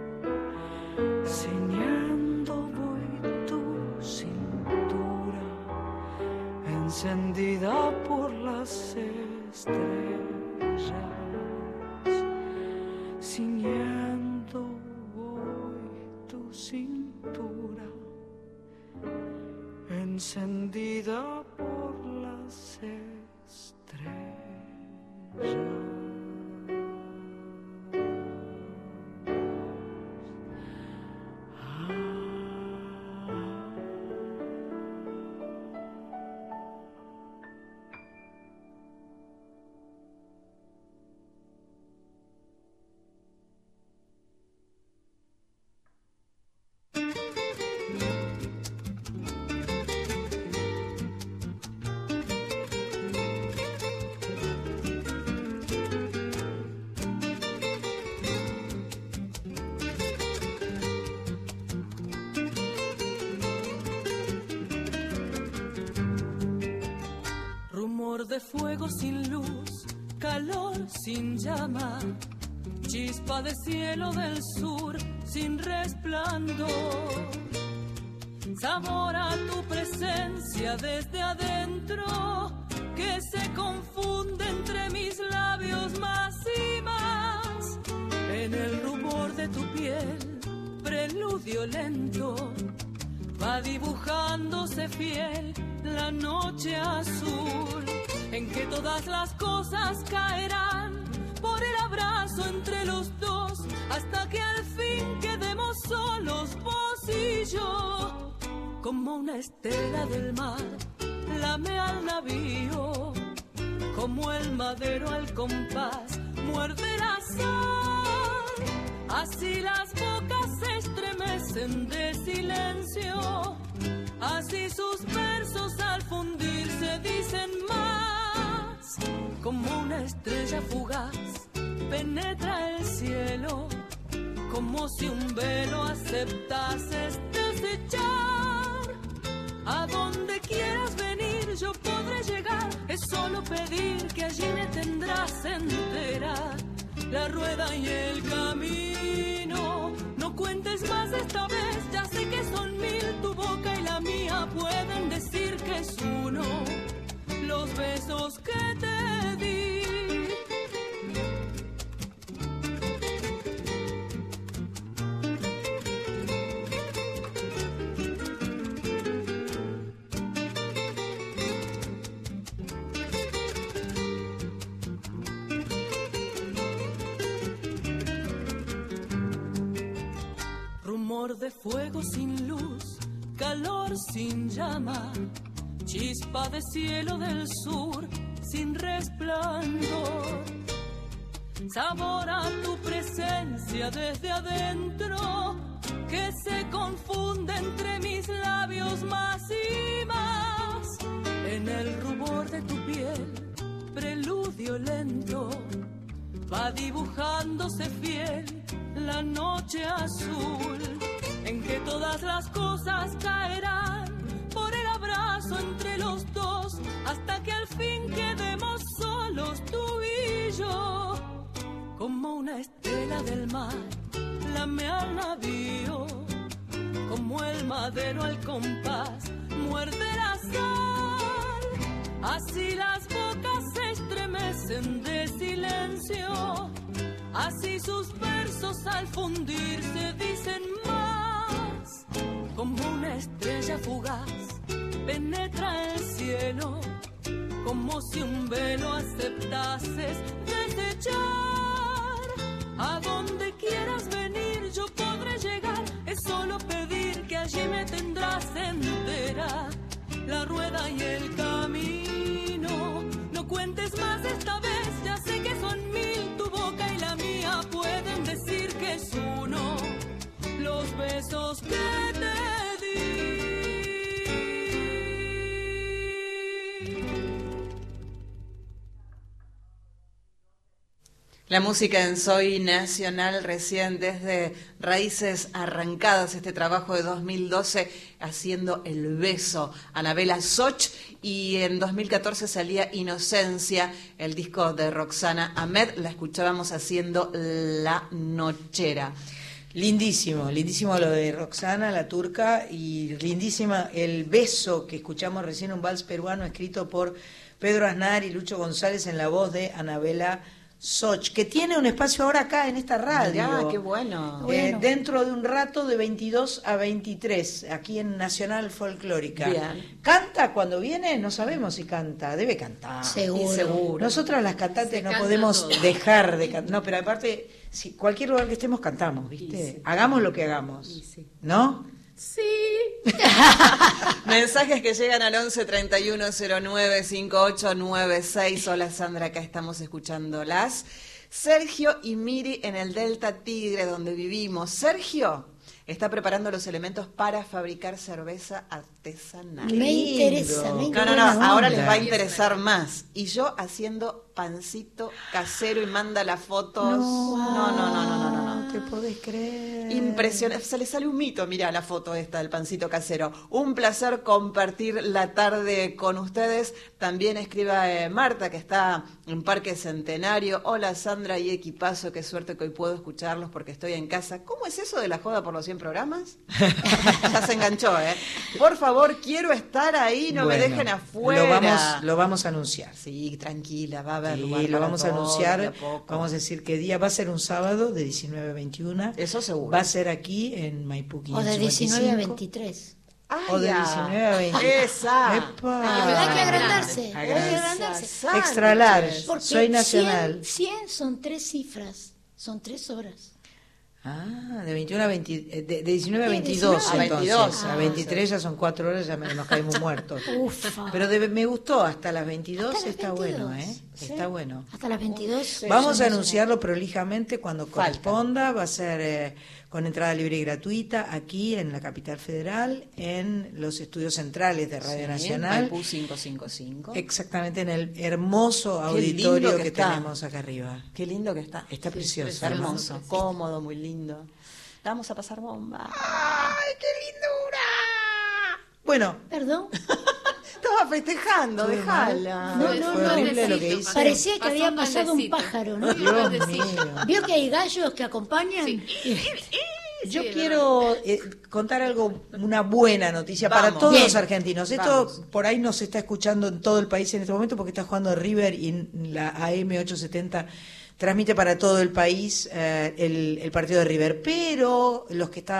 ciñendo voy tu cintura, encendida por las estrellas, ciñendo voy tu cintura, encendida por las estrellas. De fuego sin luz, calor sin llama, chispa de cielo del sur sin resplandor. Sabor a tu presencia desde adentro, que se confunde entre mis labios más y más. En el rubor de tu piel, preludio lento, va dibujándose fiel la noche azul, en que todas las cosas caerán por el abrazo entre los dos, hasta que al fin quedemos solos vos y yo. Como una estela del mar, lame al navío, como el madero al compás, muerde la sal. Así las bocas se estremecen de silencio, así sus versos al fundirse dicen más. Como una estrella fugaz penetra el cielo, como si un velo aceptases desechar. A donde quieras venir yo podré llegar, es solo pedir que allí me tendrás entera. La rueda y el camino, no cuentes más esta vez, ya sé que son mil, tu boca y la mía pueden decir que es uno, los besos que te di. Rumor de fuego sin luz, calor sin llama, chispa de cielo del sur sin resplandor. Sabor a tu presencia desde adentro, que se confunde entre mis labios más y más. En el rubor de tu piel, preludio lento, va dibujándose fiel la noche azul, en que todas las cosas caerán por el abrazo entre los dos, hasta que al fin quedemos solos tú y yo. Como una estela del mar, lame al navío, como el madero al compás, muerde la sal. Así las bocas se estremecen de silencio, así sus versos al fundirse dicen más. Como una estrella fugaz penetra el cielo, como si un velo aceptases desechar. A donde quieras venir yo podré llegar, es solo pedir que allí me tendrás entera. La rueda y el camino, no cuentes más esta vez, ya sé que son mil, tu boca y la mía pueden decir que es uno, los besos que te di. La música en Soy Nacional, recién desde Raíces Arrancadas, este trabajo de 2012, haciendo El Beso, Anabela Soch, y en 2014 salía Inocencia, el disco de Roxana Ahmed, la escuchábamos haciendo La Nochera. Lindísimo, lindísimo lo de Roxana, la turca, y lindísima El Beso, que escuchamos recién, un vals peruano escrito por Pedro Aznar y Lucho González en la voz de Anabela Soch, que tiene un espacio ahora acá en esta radio. Mirá, qué bueno. Dentro de un rato de 22 a 23, aquí en Nacional Folclórica. Bien. ¿Canta cuando viene? No sabemos si canta, debe cantar. Seguro. Nosotras las cantantes no canta podemos todo. dejar de cantar. No, pero aparte, si cualquier lugar que estemos cantamos, ¿viste? Sí. Hagamos lo que hagamos. ¿No? Sí. Mensajes que llegan al 11 31 09 5896. Hola Sandra, acá estamos escuchándolas. Sergio y Miri en el Delta Tigre, donde vivimos. Sergio está preparando los elementos para fabricar cerveza artesanal. Me interesa, me interesa. No, ahora les va a interesar más. Y yo haciendo pancito casero y manda las fotos. No. Te te podés creer. Impresionante, se le sale un mito, mira la foto esta del pancito casero. Un placer compartir la tarde con ustedes. También escribe Marta, que está en Parque Centenario. Hola Sandra y equipazo, qué suerte que hoy puedo escucharlos porque estoy en casa. ¿Cómo es eso de la joda por los 100 programas? Ya se enganchó, ¿eh? Por favor, quiero estar ahí, no me dejen afuera. Lo vamos a anunciar. Sí, tranquila, va a haber Sí, lugar lo para vamos a todo, anunciar. de a poco. Vamos a decir qué día. Va a ser un sábado de 19 a 21. Eso seguro. Va a ser aquí en Maipú O de 19 a 555. 23. O de 19 a 20. Esa. Hay que agrandarse. Hay que agrandarse. Extra large. Porque Soy nacional. 100 son 3 cifras. Son 3 horas. Ah, de 21 a 20, de 19 a Sí, 22, 19 a entonces. 22. A 23 ya son 4 horas, ya nos caemos muertos. Ufa. Pero me gustó, hasta las 22 Hasta las está 22, bueno, ¿eh? sí. Está bueno. Hasta las 22. Vamos a son anunciarlo prolijamente cuando corresponda. Va a ser con entrada libre y gratuita aquí en la capital federal, en los estudios centrales de Radio Nacional. Maipú 555. Exactamente, en el hermoso Qué lindo auditorio que que está. tenemos acá arriba. Qué lindo que está. Está precioso. Está ¿no? hermoso, cómodo, muy lindo. Vamos a pasar bomba. ¡Ay, qué lindura! Bueno. ¿Perdón? Estaba festejando, Fue dejala. Fue horrible lo que hice. Parecía que había pasado un pájaro, ¿no? Dios mío. ¿Vio que hay gallos que acompañan? Yo quiero contar algo, una buena noticia Vamos. para todos Bien. los argentinos. Esto Vamos. por ahí nos está escuchando en todo el país en este momento porque está jugando River y la AM870 transmite para todo el país el partido de River. Pero los que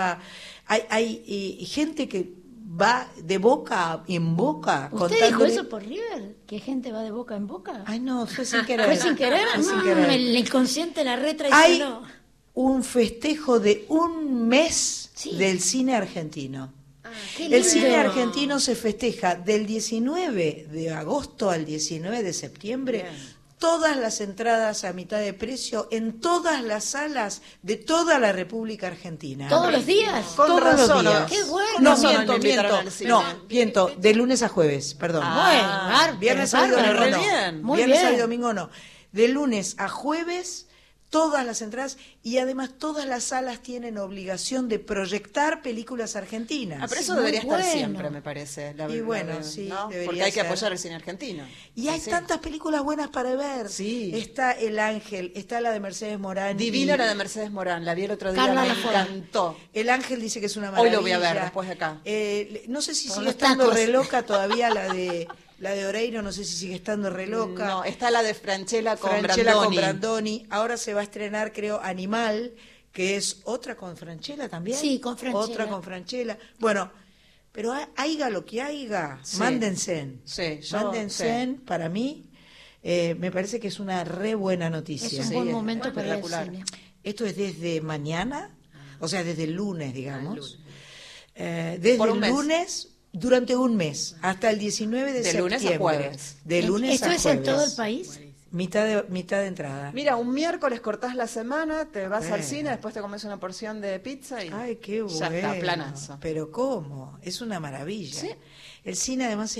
hay gente que va de boca en boca. ¿Usted dijo eso por River? ¿Que gente va de boca en boca? Ay, no, fue sin querer. ¿Fue sin querer? Fue sin querer. El inconsciente la retraicionó. Hay un festejo de un mes del cine argentino. Qué El lindo. cine argentino se festeja del 19 de agosto al 19 de septiembre. Todas las entradas a mitad de precio en todas las salas de toda la República Argentina. ¿Todos los días? Todos los días. ¡Qué bueno! No, razón miento, me invitaron al cine. miento, de lunes a jueves, perdón. Viernes, sábado y domingo no. Muy Viernes, bien. sábado y domingo no. De lunes a jueves, todas las entradas y además todas las salas tienen obligación de proyectar películas argentinas. Pero eso Muy debería estar bueno. siempre, me parece. Y bueno, sí, ¿no? debería Porque hay que ser. apoyar el cine argentino. Y hay Sí. tantas películas buenas para ver. Sí. Está El Ángel, está la de Mercedes Morán. Divina y la de Mercedes Morán, la vi el otro día, Carla me Lafont. encantó. El Ángel dice que es una Hoy maravilla. lo voy a ver después de acá. No sé si Con sigue los estando tacos. re loca todavía la de Oreiro, no sé si sigue estando re loca. No, está la de Franchella con Franchella Brandoni. con Brandoni. Ahora se va a estrenar, creo, Animal, que es otra con Franchella también. Sí, con Franchella. Otra con Franchella. Bueno, pero haiga lo que haiga, Sí. mándense. Sí, yo Mándense, para mí, me parece que es una re buena noticia. Es un buen momento para ir al cine. Esto es desde mañana, o sea, desde el lunes, digamos. Desde Por un el mes. lunes, durante un mes, hasta el 19 de De septiembre. lunes a jueves. De lunes ¿Esto a es jueves. en todo el país? Mitad de entrada. Mira, un miércoles cortás la semana, te vas al Bueno. cine, después te comes una porción de pizza y Ay, qué bueno. ya está, planazo. Pero ¿cómo? Es una maravilla. Sí. El cine además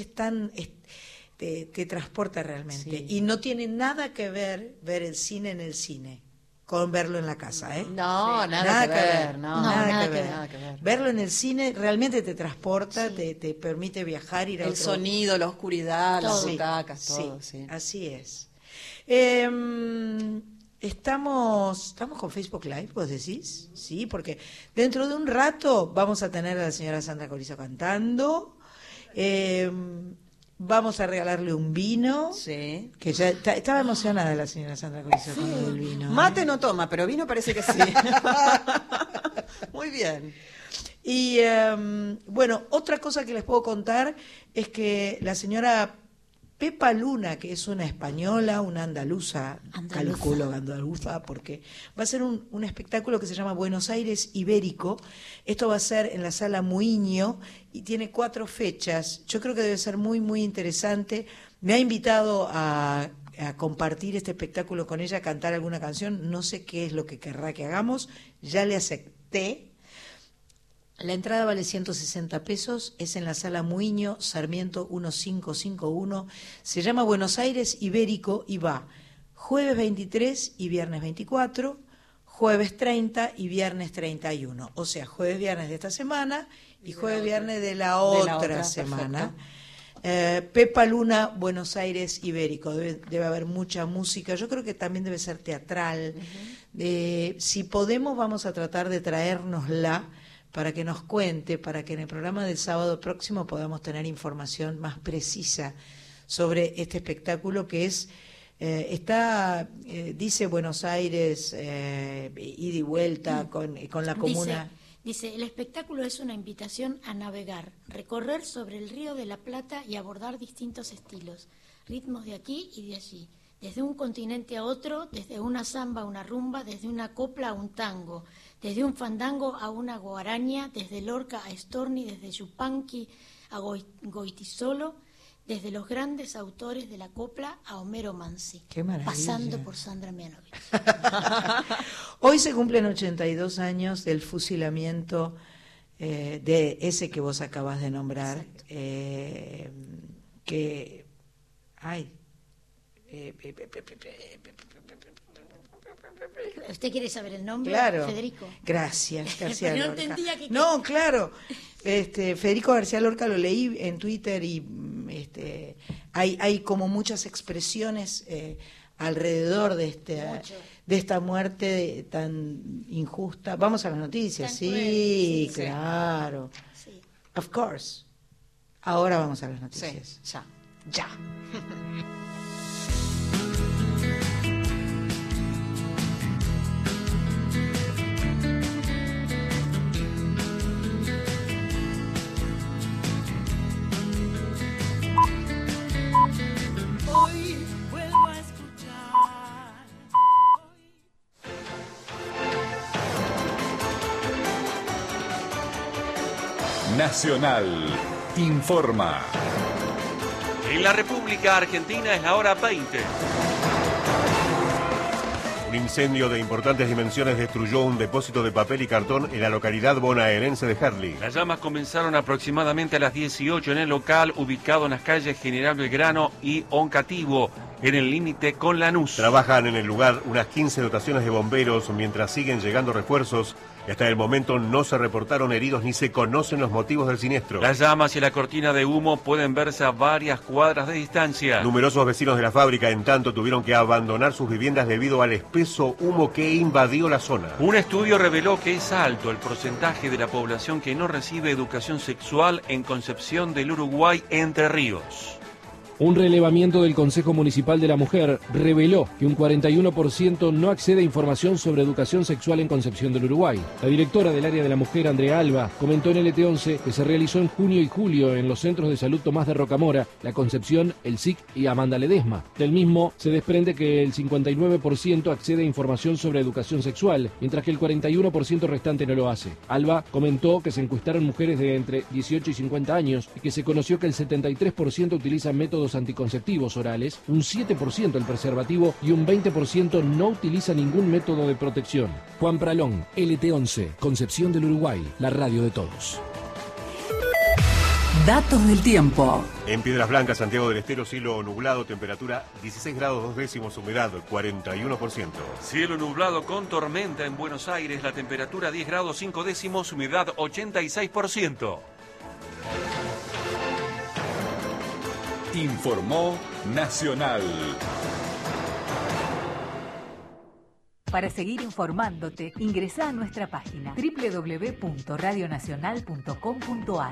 te transporta realmente. Sí. Y no tiene nada que ver el cine en el cine con verlo en la casa, ¿eh? No, nada que ver, no. nada que que ver. Nada que ver. Verlo en el cine realmente te transporta, te permite viajar, ir a El otro... sonido, la oscuridad, las Sí, butacas, todo, sí, sí. así es. Estamos con Facebook Live, ¿vos decís? Sí, porque dentro de un rato vamos a tener a la señora Sandra Corizo cantando. Vamos a regalarle un vino. Sí. Que ya estaba emocionada la señora Sandra Corizo con lo del vino. Mate no toma, pero vino parece que sí. Muy bien. Y bueno, otra cosa que les puedo contar es que la señora Pepa Luna, que es una española, una andaluza, calculo andaluza, porque va a ser un espectáculo que se llama Buenos Aires Ibérico. Esto va a ser en la Sala Muiño y tiene 4 fechas. Yo creo que debe ser muy, muy interesante. Me ha invitado a compartir este espectáculo con ella, a cantar alguna canción. No sé qué es lo que querrá que hagamos. Ya le acepté. La entrada vale 160 pesos, es en la Sala Muiño, Sarmiento 1551, se llama Buenos Aires Ibérico y va jueves 23 y viernes 24, jueves 30 y viernes 31. O sea, jueves, viernes de esta semana y jueves, viernes de la otra semana. Pepa Luna, Buenos Aires Ibérico. Debe haber mucha música. Yo creo que también debe ser teatral. Si podemos, vamos a tratar de traérnosla para que nos cuente, para que en el programa del sábado próximo podamos tener información más precisa sobre este espectáculo que es, dice Buenos Aires, ida y vuelta con la comuna. Dice, el espectáculo es una invitación a navegar, recorrer sobre el Río de la Plata y abordar distintos estilos, ritmos de aquí y de allí, desde un continente a otro, desde una samba a una rumba, desde una copla a un tango, desde un fandango a una guaraña, desde Lorca a Storni, desde Yupanqui a Goitisolo, desde los grandes autores de la copla a Homero Mansi, pasando por Sandra Mianovich. Hoy se cumplen 82 años del fusilamiento de ese que vos acabas de nombrar, que... Ay... ¿Usted quiere saber el nombre? Claro. Federico. Gracias, García Pero no Lorca. entendía que... No, claro. Federico García Lorca lo leí en Twitter y hay como muchas expresiones alrededor de esta muerte tan injusta. Vamos a las noticias. Sí, claro. Sí. Of course. Ahora vamos a las noticias. Sí, ya. Hoy vuelvo a escuchar. Nacional informa. En la República Argentina es la hora 20. Un incendio de importantes dimensiones destruyó un depósito de papel y cartón en la localidad bonaerense de Herli. Las llamas comenzaron aproximadamente a las 18 en el local ubicado en las calles General Belgrano y Oncativo, en el límite con Lanús. Trabajan en el lugar unas 15 dotaciones de bomberos mientras siguen llegando refuerzos. Hasta el momento no se reportaron heridos ni se conocen los motivos del siniestro. Las llamas y la cortina de humo pueden verse a varias cuadras de distancia. Numerosos vecinos de la fábrica, en tanto, tuvieron que abandonar sus viviendas debido al espeso humo que invadió la zona. Un estudio reveló que es alto el porcentaje de la población que no recibe educación sexual en Concepción del Uruguay, Entre Ríos. Un relevamiento del Consejo Municipal de la Mujer reveló que un 41% no accede a información sobre educación sexual en Concepción del Uruguay. La directora del área de la mujer, Andrea Alba, comentó en LT11 que se realizó en junio y julio en los centros de salud Tomás de Rocamora, La Concepción, El SIC y Amanda Ledesma. Del mismo se desprende que el 59% accede a información sobre educación sexual, mientras que el 41% restante no lo hace. Alba comentó que se encuestaron mujeres de entre 18 y 50 años y que se conoció que el 73% utilizan métodos anticonceptivos orales, un 7% el preservativo y un 20% no utiliza ningún método de protección. Juan Pralón, LT11, Concepción del Uruguay, la radio de todos. Datos del tiempo. En Piedras Blancas, Santiago del Estero, cielo nublado, temperatura 16 grados 2 décimos, humedad 41%. Cielo nublado con tormenta en Buenos Aires, la temperatura 10 grados 5 décimos, humedad 86%. Informó Nacional. Para seguir informándote, ingresá a nuestra página www.radionacional.com.ar.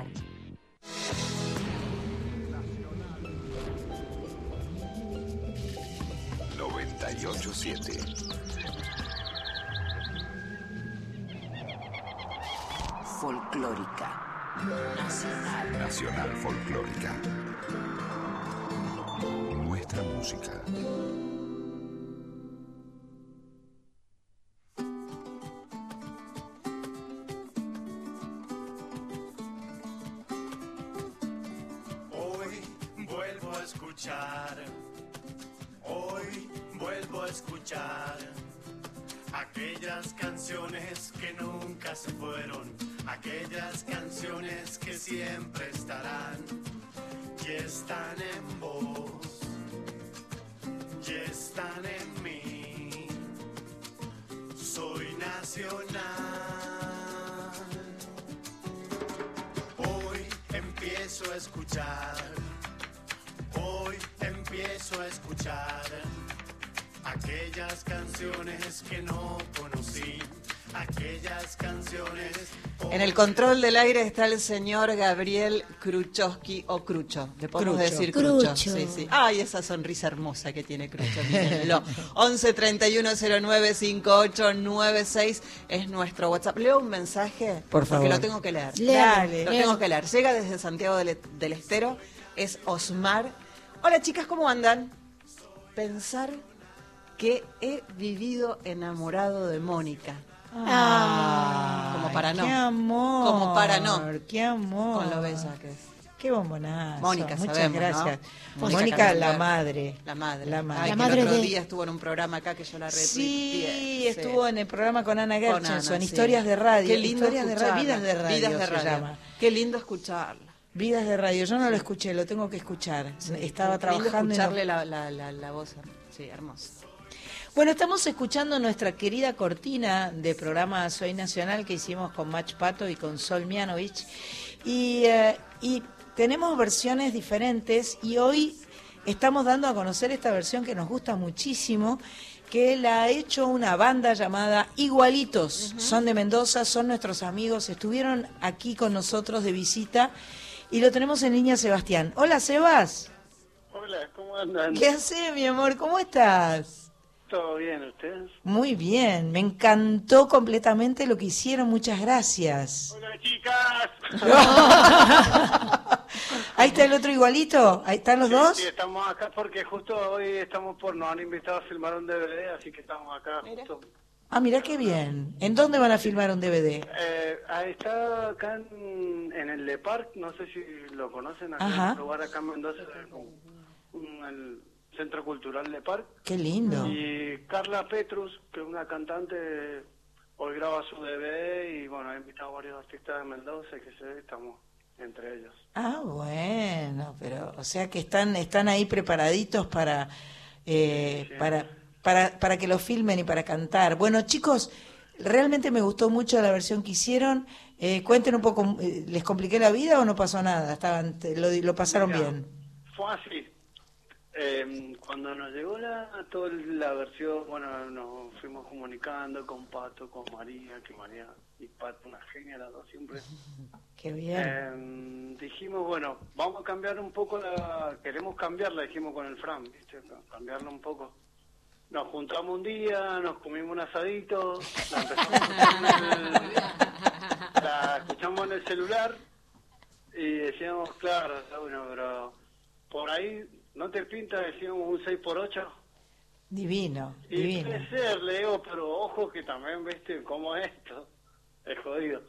Folclórica. Nacional Folclórica. Nuestra música. Hoy vuelvo a escuchar aquellas canciones que nunca se fueron, aquellas canciones que siempre estarán y están en vos, y están en mí. Soy Nacional. Hoy empiezo a escuchar, hoy empiezo a escuchar aquellas canciones que no conocí, aquellas canciones. En el control del aire está el señor Gabriel Kruchowski, o Crucho, le podemos decir Crucho. Sí, sí. Ay, esa sonrisa hermosa que tiene Crucho, mírenlo. 11 31 09 5896 es nuestro WhatsApp. Leo un mensaje, por favor, porque lo tengo que leer. Dale. Lo tengo que leer. Llega desde Santiago del Estero, es Osmar. Hola chicas, ¿cómo andan? Pensar que he vivido enamorado de Mónica. Como para no. Qué amor. Como para no. Qué amor. Con lo bella que es. Qué bombonazo. Mónica, muchas sabemos, gracias. ¿no? Mónica, la madre. La madre. La madre. Ay, La que madre el otro de... día estuvo en un programa acá que yo la retuiteé. Sí, estuvo en el programa con Ana Gershenson, sí. Historias de Radio. Qué lindo Historias de radio, Vidas de Radio. Vidas de se radio. llama. Qué lindo escucharla. Vidas de Radio. Yo no lo escuché, lo tengo que escuchar. Sí, estaba trabajando. Lindo escucharle la voz. Sí, hermosa. Bueno, estamos escuchando nuestra querida cortina de programa Soy Nacional que hicimos con Mach Pato y con Sol Mianovich. Y tenemos versiones diferentes y hoy estamos dando a conocer esta versión que nos gusta muchísimo, que la ha hecho una banda llamada Igualitos. Son de Mendoza, son nuestros amigos, estuvieron aquí con nosotros de visita y lo tenemos en línea Sebastián. Hola, Sebas. Hola, ¿cómo andan? ¿Qué haces, mi amor? ¿Cómo estás? ¿Todo bien, ustedes? Muy bien, me encantó completamente lo que hicieron, muchas gracias. Hola, chicas. Ahí está el otro igualito, ahí están los dos. Sí, estamos acá porque justo hoy nos han invitado a filmar un DVD, así que estamos acá justo. Ah, mira qué bien. ¿En dónde van a filmar un DVD? Ahí está acá en el Le Parc, no sé si lo conocen, acá Ajá. en un lugar acá en Mendoza, el Centro Cultural Le Parc. Qué lindo. Y Carla Petrus, que es una cantante, hoy graba su DVD y bueno, ha invitado a varios artistas de Mendoza que estamos entre ellos. Ah, bueno, pero o sea que están ahí preparaditos para que lo filmen y para cantar. Bueno, chicos, realmente me gustó mucho la versión que hicieron. Cuenten un poco, ¿les compliqué la vida o no pasó nada? Lo pasaron bien. Fue así. Cuando nos llegó toda la versión, bueno, nos fuimos comunicando con Pato, con María, que María y Pato, una genia las dos siempre. Qué bien. Dijimos, bueno, vamos a cambiar un poco queremos cambiarla, dijimos con el Fran, ¿viste? Cambiarla un poco. Nos juntamos un día, nos comimos un asadito, la escuchamos en el celular y decíamos, claro, bueno, pero por ahí no te pinta, decíamos un 6x8. Divino, y divino. Puede ser, Leo, pero ojo que también, viste, cómo es esto, es jodido.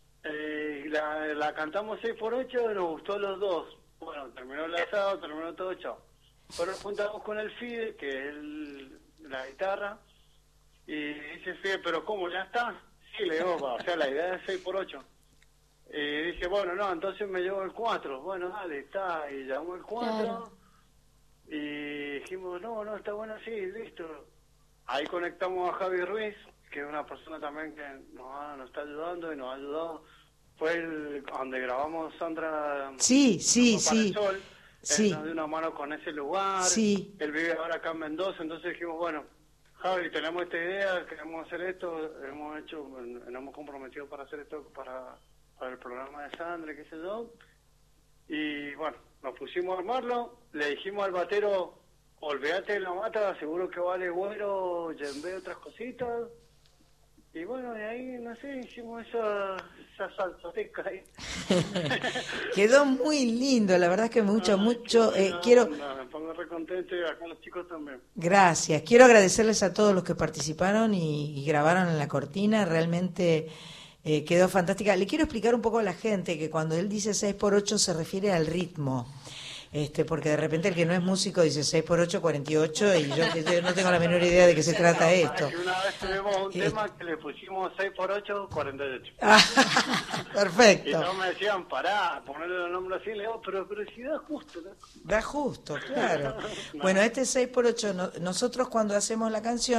La cantamos 6x8 y nos gustó a los dos. Bueno, terminó el asado, terminó todo, chao. Pero nos juntamos con el Fide, que es la guitarra, y dice Fide, pero ¿cómo? ¿Ya está? Sí, le digo, o sea, la idea es 6x8. Y dije, bueno, no, entonces me llevo el 4. Bueno, dale, está, y llamó el 4. Claro. Y dijimos, no, está bueno así, listo. Ahí conectamos a Javi Ruiz, que es una persona también que nos está ayudando y nos ha ayudado. Fue donde grabamos Sandra. Sí. Sol. Sí. Nos dio una mano con ese lugar. Sí. Él vive ahora acá en Mendoza, entonces dijimos, bueno, Javi, tenemos esta idea, queremos hacer esto, nos hemos comprometido para hacer esto para el programa de Sandra, qué sé yo. Y bueno, nos pusimos a armarlo, le dijimos al batero, olvídate de la mata, seguro que vale güero, yembe, otras cositas. Y bueno, de ahí, no sé, hicimos esa salsoteca ahí. Quedó muy lindo, la verdad es que me gusta mucho. Quiero... me pongo re contento y acá los chicos también. Gracias. Quiero agradecerles a todos los que participaron y grabaron en la cortina. Realmente quedó fantástica. Le quiero explicar un poco a la gente que cuando él dice 6x8 se refiere al ritmo. Porque de repente el que no es músico dice 6x8, 48 y yo no tengo la menor idea de qué se trata esto. Una vez tuvimos un tema que le pusimos 6x8, 48. Perfecto. Y todos me decían, pará, ponerle el nombre así, le digo, pero si da justo, ¿no? Da justo, claro. Bueno, este 6x8, nosotros cuando hacemos la canción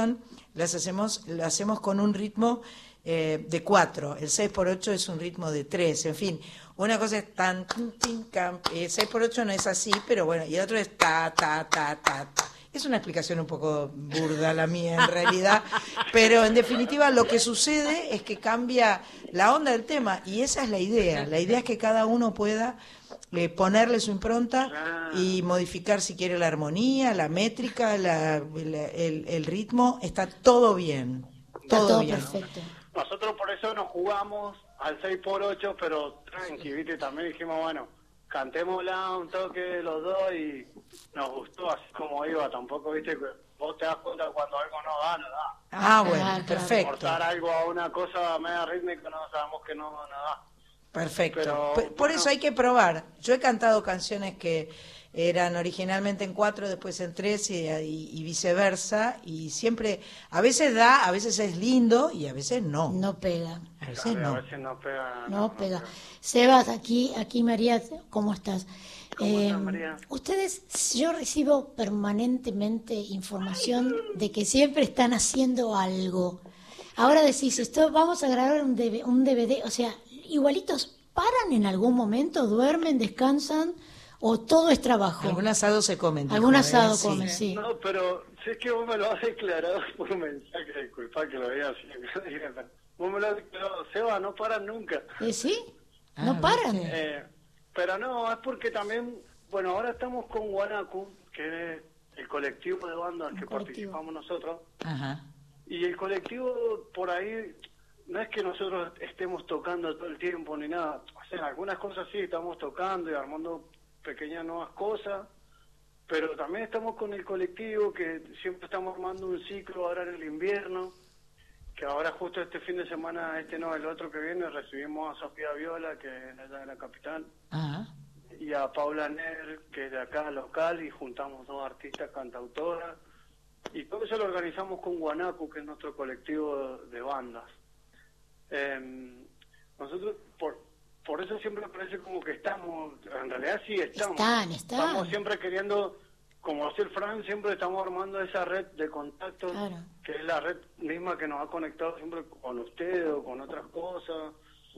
lo hacemos con un ritmo de 4, el 6x8 es un ritmo de 3, en fin, una cosa es tan, tin, tin, cam, 6x8 no es así, pero bueno, y el otro es ta, ta, ta, ta, ta. Es una explicación un poco burda la mía en realidad, pero en definitiva lo que sucede es que cambia la onda del tema y esa es la idea es que cada uno pueda ponerle su impronta y modificar si quiere la armonía, la métrica, el ritmo, está todo bien, todo bien. Perfecto. Nosotros por eso nos jugamos al 6x8, pero tranqui, ¿viste? También dijimos, bueno, cantémosla un toque los dos y nos gustó así como iba, tampoco, ¿viste? Vos te das cuenta cuando algo no da. Ah, bueno, perfecto. Cortar algo a una cosa media rítmica no sabemos que no da. Perfecto. Pero, por eso hay que probar. Yo he cantado canciones que eran originalmente en 4, después en 3 y viceversa, y siempre, a veces da, a veces es lindo y a veces no. No pega. A veces no pega. No pega. Sebas, aquí María, ¿cómo estás? ¿Cómo estás, María? Ustedes, yo recibo permanentemente información de que siempre están haciendo algo. Ahora decís, vamos a grabar un DVD, o sea, igualitos, ¿paran en algún momento? ¿Duermen, descansan? ¿O todo es trabajo? Algún asado se comen. Algún asado comen, sí. No, pero si es que vos me lo has declarado por un mensaje, disculpa que lo diga así. Vos me lo has declarado, Seba, no paran nunca. ¿Sí? ¿No paran? Pero no, es porque también, bueno, ahora estamos con Guanacu, que es el colectivo de bandas que participamos nosotros. Ajá. Y el colectivo, por ahí, no es que nosotros estemos tocando todo el tiempo ni nada. O sea, algunas cosas sí estamos tocando y armando pequeñas nuevas cosas, pero también estamos con el colectivo que siempre estamos armando un ciclo ahora en el invierno, que ahora justo este fin de semana, el otro que viene, recibimos a Sofía Viola, que es de la capital, y a Paula Ner, que es de acá local, y juntamos 2 artistas cantautoras, y todo eso lo organizamos con Guanacu, que es nuestro colectivo de bandas. Nosotros, por eso siempre me parece como que estamos, en realidad sí estamos. Estamos siempre queriendo, como hace el Fran, siempre estamos armando esa red de contactos, que es la red misma que nos ha conectado siempre con ustedes o con otras cosas.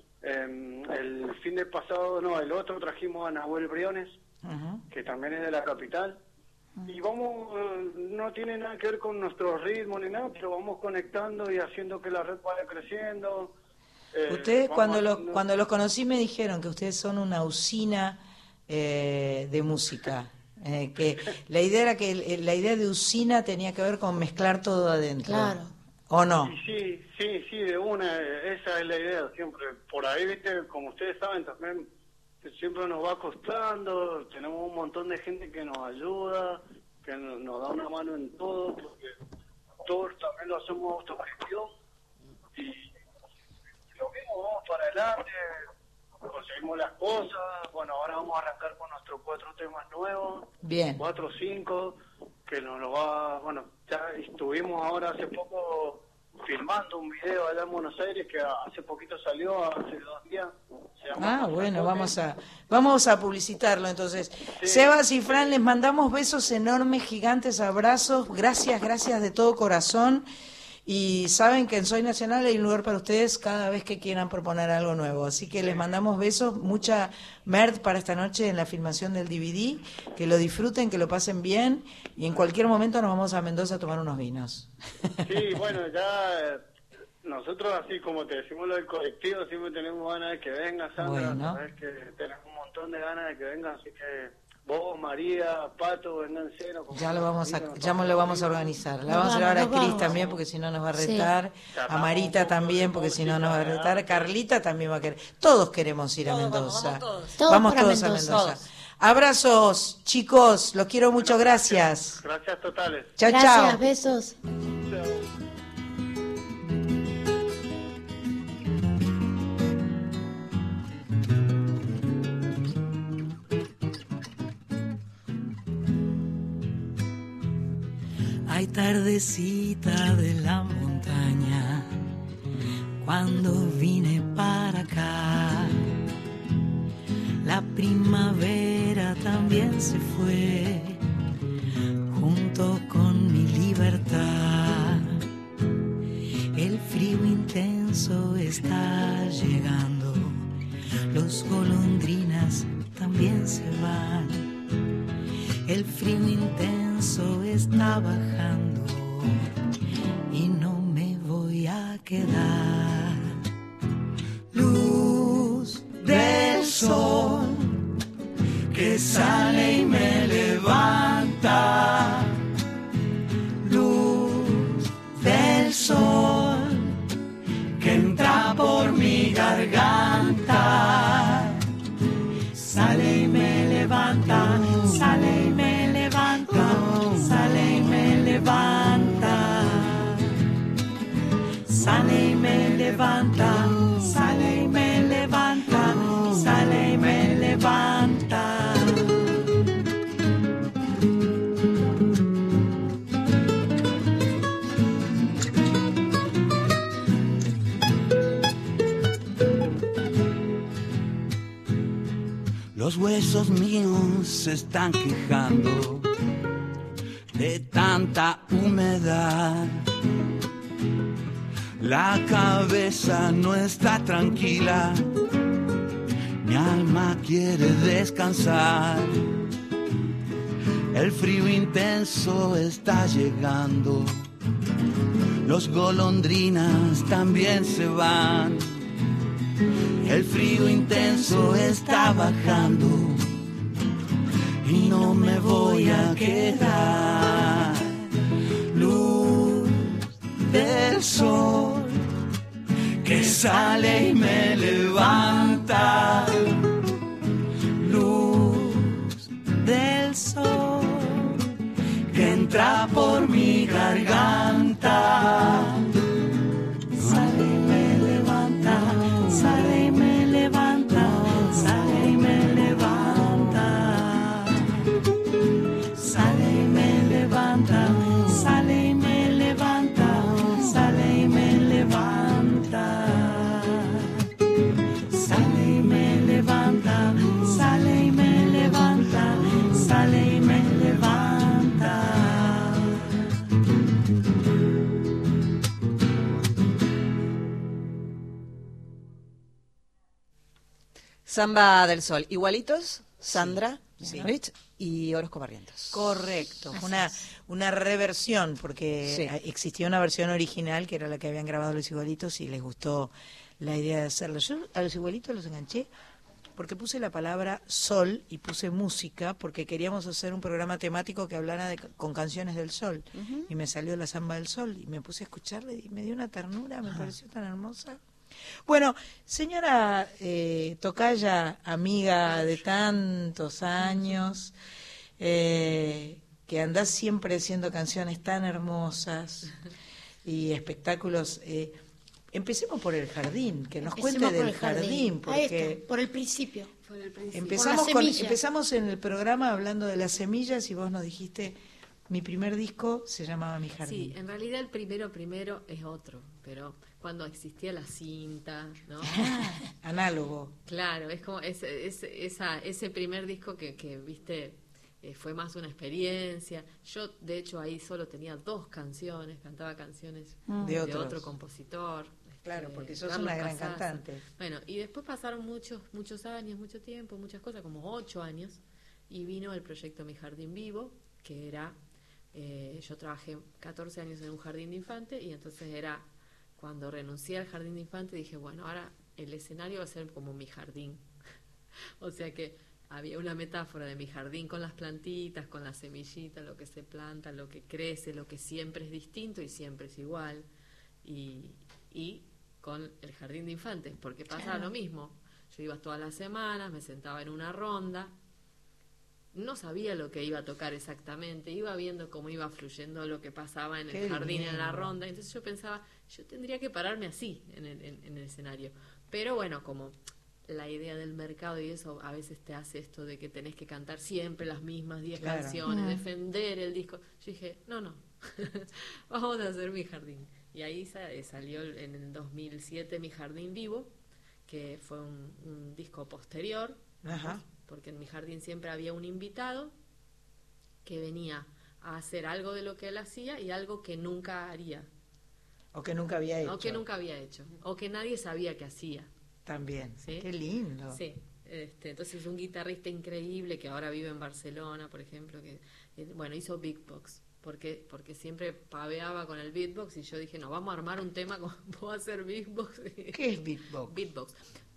El fin de pasado, el otro trajimos a Nahuel Briones, que también es de la capital. Y vamos, no tiene nada que ver con nuestro ritmo ni nada, pero vamos conectando y haciendo que la red vaya creciendo. Ustedes cuando los conocí me dijeron que ustedes son una usina de música, que la idea era que la idea de usina tenía que ver con mezclar todo adentro. Claro. ¿O no? Sí, de una, esa es la idea siempre. Por ahí, viste, como ustedes saben, también siempre nos va costando, tenemos un montón de gente que nos ayuda, que nos da una mano en todo, porque todos también lo hacemos autogestión y lo mismo, vamos para adelante, conseguimos las cosas. Bueno, ahora vamos a arrancar con nuestros 4 temas nuevos, bien, 4 o 5, que nos lo va, bueno, ya estuvimos ahora hace poco filmando un video allá en Buenos Aires que hace poquito salió, hace 2 días. Bueno, vamos a publicitarlo entonces. Sí. Sebas y Fran, les mandamos besos enormes, gigantes, abrazos, gracias de todo corazón. Y saben que en Soy Nacional hay un lugar para ustedes cada vez que quieran proponer algo nuevo. Así que les mandamos besos, mucha merd para esta noche en la filmación del DVD. Que lo disfruten, que lo pasen bien. Y en cualquier momento nos vamos a Mendoza a tomar unos vinos. Sí, bueno, ya nosotros así como te decimos lo del colectivo, siempre tenemos ganas de que venga, Sandra. Bueno. Sabes que tenemos un montón de ganas de que venga, así que vos, María, Pato, vengan cero. Ya lo vamos a organizar. La vamos a llevar a Cris también, porque si no nos va a retar. Sí. A Marita también, porque si no nos va a retar. Carlita también va a querer. Todos queremos ir a Mendoza. Vamos todos a Mendoza. Abrazos, chicos. Los quiero mucho. Gracias. Gracias totales. Chao, chao. Gracias, besos. Hay tardecita de la montaña, cuando vine para acá, la primavera también se fue, junto con mi libertad. intenso está llegando, los golondrinas también se van, el frío intenso está bajando y no me voy a quedar. Luz del sol que sale y me levanta, luz del sol que entra por mi garganta, sale y me levanta, sale y me levanta, sale y me levanta, sale y me levanta, sale y me levanta, sale y me levanta. Los huesos míos se están quejando de tanta humedad. La cabeza no está tranquila, mi alma quiere descansar. El frío intenso está llegando, los golondrinas también se van. El frío intenso está bajando y no me voy a quedar. Luz del sol que sale y me levanta, luz del sol que entra por mi garganta, sale y me levanta, sale y me levanta, sale y me levanta, sale y me levanta, sale y me levanta, sale y me levanta, sale y me levanta, sale y me levanta, sale y me levanta. Samba del Sol, igualitos, Sandra Mihanovich y Orozco Barrientos. Correcto, una reversión, porque existía una versión original que era la que habían grabado los igualitos y les gustó la idea de hacerlo. Yo a los igualitos los enganché porque puse la palabra sol y puse música porque queríamos hacer un programa temático que hablara con canciones del sol. Y me salió la Samba del Sol y me puse a escucharla y me dio una ternura, me pareció tan hermosa. Bueno, señora tocaya, amiga de tantos años, que andás siempre haciendo canciones tan hermosas y espectáculos, empecemos por el jardín, que nos cuente del jardín, porque por el principio. Empezamos en el programa hablando de las semillas y vos nos dijiste, mi primer disco se llamaba Mi Jardín. Sí, en realidad el primero es otro, pero cuando existía la cinta, ¿no? Análogo. Claro, es como ese primer disco que viste, fue más una experiencia. Yo, de hecho, ahí solo tenía 2 canciones, cantaba canciones de otro compositor. Claro, porque sos una gran cantante. Bueno, y después pasaron muchos años, mucho tiempo, muchas cosas, como 8 años, y vino el proyecto Mi Jardín Vivo, que era, yo trabajé 14 años en un jardín de infante, y entonces era, cuando renuncié al jardín de infante, dije, bueno, ahora el escenario va a ser como mi jardín. O sea que había una metáfora de mi jardín con las plantitas, con las semillitas, lo que se planta, lo que crece, lo que siempre es distinto y siempre es igual. Y con el jardín de infantes, porque pasaba lo mismo. Yo iba todas las semanas, me sentaba en una ronda, no sabía lo que iba a tocar exactamente, iba viendo cómo iba fluyendo lo que pasaba en el jardín, en la ronda. Entonces yo pensaba, yo tendría que pararme así en el escenario. Pero bueno, como la idea del mercado y eso a veces te hace esto de que tenés que cantar siempre las mismas 10 canciones, defender el disco. Yo dije, no, vamos a hacer Mi Jardín. Y ahí salió en el 2007 Mi Jardín Vivo, que fue un disco posterior, porque en Mi Jardín siempre había un invitado que venía a hacer algo de lo que él hacía y algo que nunca haría. O que nunca había hecho. O que nunca había hecho. O que nadie sabía que hacía. También. ¿Sí? Qué lindo. Sí. Entonces un guitarrista increíble que ahora vive en Barcelona, por ejemplo, que bueno, hizo beatbox. Porque siempre paveaba con el beatbox y yo dije, no, vamos a armar un tema con puedo hacer beatbox. ¿Qué es beatbox? Beatbox.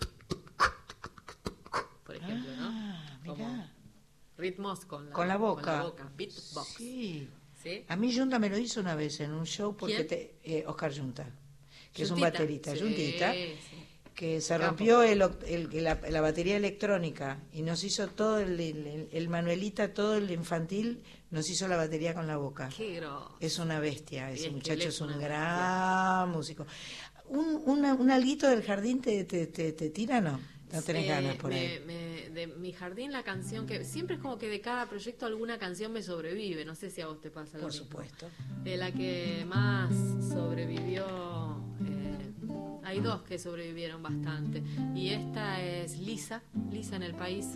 Por ejemplo, ¿no? Como ritmos con la boca. Con la boca. Beatbox. Sí. ¿Sí? A mí Yunta me lo hizo una vez en un show porque Oscar Yunta, que es un baterista, Sí, Yuntita, sí. que se rompió la batería electrónica y nos hizo todo el Manuelita, todo el infantil, nos hizo la batería con la boca. Qué grosso. Es una bestia, Sí, ese es que muchacho él es es un una gran músico. ¿Un alguito del jardín te tira, no? No tenés ganas por ahí. De mi jardín, la canción que siempre es como que de cada proyecto alguna canción me sobrevive. No sé si a vos te pasa lo Por mismo. supuesto. La que más sobrevivió, hay dos que sobrevivieron bastante. Y esta es Lisa en el país.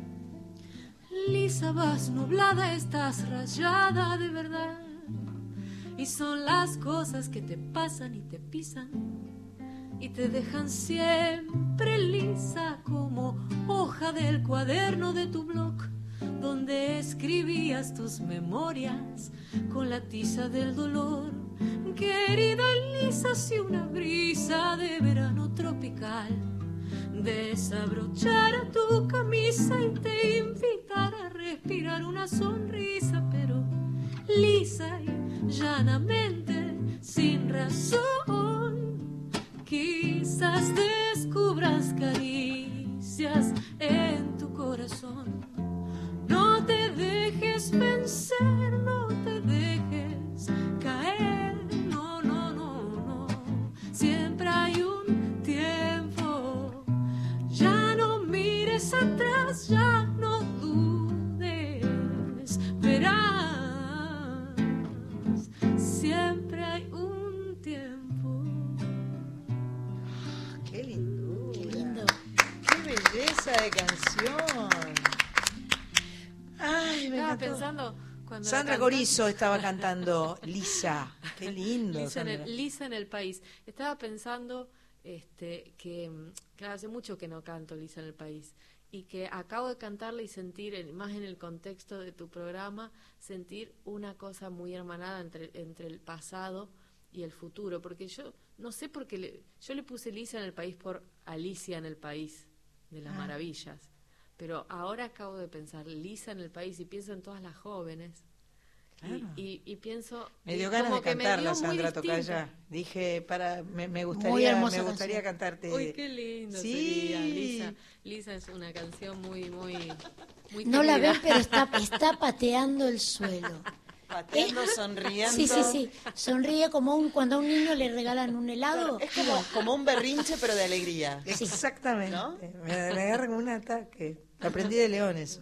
Lisa, vas nublada, estás rayada de verdad. Y son las cosas que te pasan y te pisan y te dejan siempre lisa como hoja del cuaderno de tu blog, donde escribías tus memorias con la tiza del dolor. Querida Lisa, si una brisa de verano tropical desabrochara tu camisa y te invitara a respirar una sonrisa, pero lisa y llanamente, sin razón, quizás descubras caricias en tu corazón. No te dejes vencer, no te dejes caer, no, no, no, no. Siempre hay un tiempo. Ya no mires atrás, ya no dudes, verás. Siempre hay un tiempo. Qué lindo. Qué lindo. Qué belleza de canción. Ay, me Estaba encantó. pensando cuando Sandra la Corizo estaba cantando Lisa. Qué lindo. Lisa en el país. Estaba pensando que claro, hace mucho que no canto Lisa en el país y que acabo de cantarla y sentir, más en el contexto de tu programa, sentir una cosa muy hermanada entre el pasado y el futuro, porque yo no sé por qué yo le puse Lisa en el país por Alicia en el País de las Maravillas, pero ahora acabo de pensar Lisa en el país y pienso en todas las jóvenes. Claro. Y pienso... Me dio ganas de como que me cantarla, dio muy Sandra distinto. Tocaya. Dije, me Muy gustaría hermosa canción. cantarte. Uy, qué lindo Sí. sería, Lisa. Lisa es una canción muy No la querida. ven, pero está pateando el suelo. Pateando, sonriendo. Sí. Sonríe como cuando a un niño le regalan un helado. Es como un berrinche, pero de alegría. Exactamente. ¿No? Me agarra como un ataque. Lo aprendí de leones.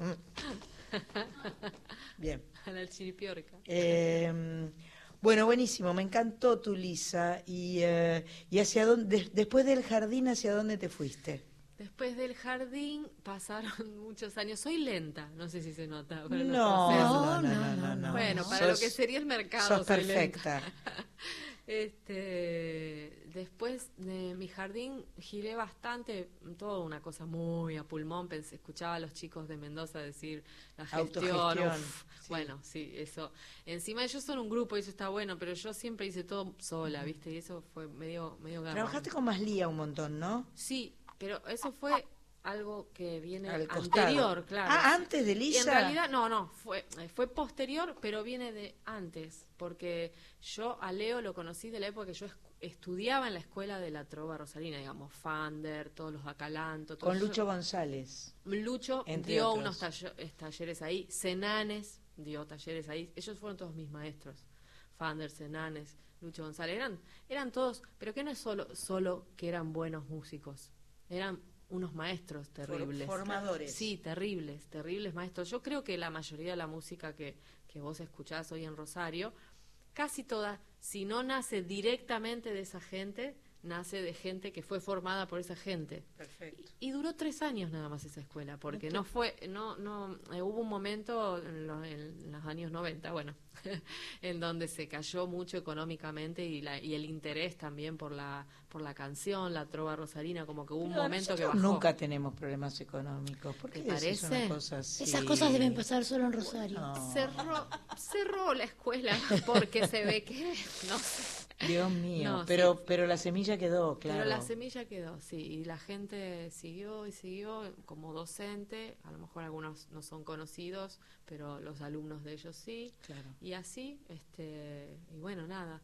Bien. A la chiripiorca. Bueno, buenísimo. Me encantó tu Lisa. Y hacia dónde, después del jardín, ¿hacia dónde te fuiste? Después del jardín pasaron muchos años. Soy lenta, no sé si se nota. Pero No. Bueno, para lo que sería el mercado. Sos soy perfecta. lenta. Después de mi jardín giré bastante, toda una cosa muy a pulmón. Escuchaba a los chicos de Mendoza decir la gestión. Autogestión, sí. Bueno, sí, eso. Encima ellos son un grupo y eso está bueno, pero yo siempre hice todo sola, ¿viste? Y eso fue medio garrón. Trabajaste con Maslía un montón, ¿no? Sí, pero eso fue algo que viene Al costado. anterior, claro. Antes de Lisa. Y en realidad, no, fue posterior, pero viene de antes, porque yo a Leo lo conocí de la época que yo estudiaba en la escuela de la Trova Rosarina, digamos, Fander, todos los Acalanto. Con Lucho González. Lucho entre dio otros. unos talleres ahí, Senanes dio talleres ahí, ellos fueron todos mis maestros, Fander, Senanes, Lucho González, eran todos, pero que no es solo que eran buenos músicos, eran unos maestros terribles. Formadores. Sí, terribles maestros. Yo creo que la mayoría de la música que vos escuchás hoy en Rosario, casi toda, si no nace directamente de esa gente, nace de gente que fue formada por esa gente. Perfecto. Y duró 3 años nada más esa escuela, porque hubo un momento en los años 90, bueno, en donde se cayó mucho económicamente y el interés también por la canción, la trova rosarina, como que hubo un momento que bajó. Nunca tenemos problemas económicos. ¿Por qué ¿Te parece? decís una cosa así? Esas cosas deben pasar solo en Rosario. No. Cerró la escuela porque se ve que no sé. Dios mío, No, pero la semilla quedó, claro. Pero la semilla quedó, sí, y la gente siguió y siguió como docente, a lo mejor algunos no son conocidos, pero los alumnos de ellos sí, claro. Y así, y bueno, nada,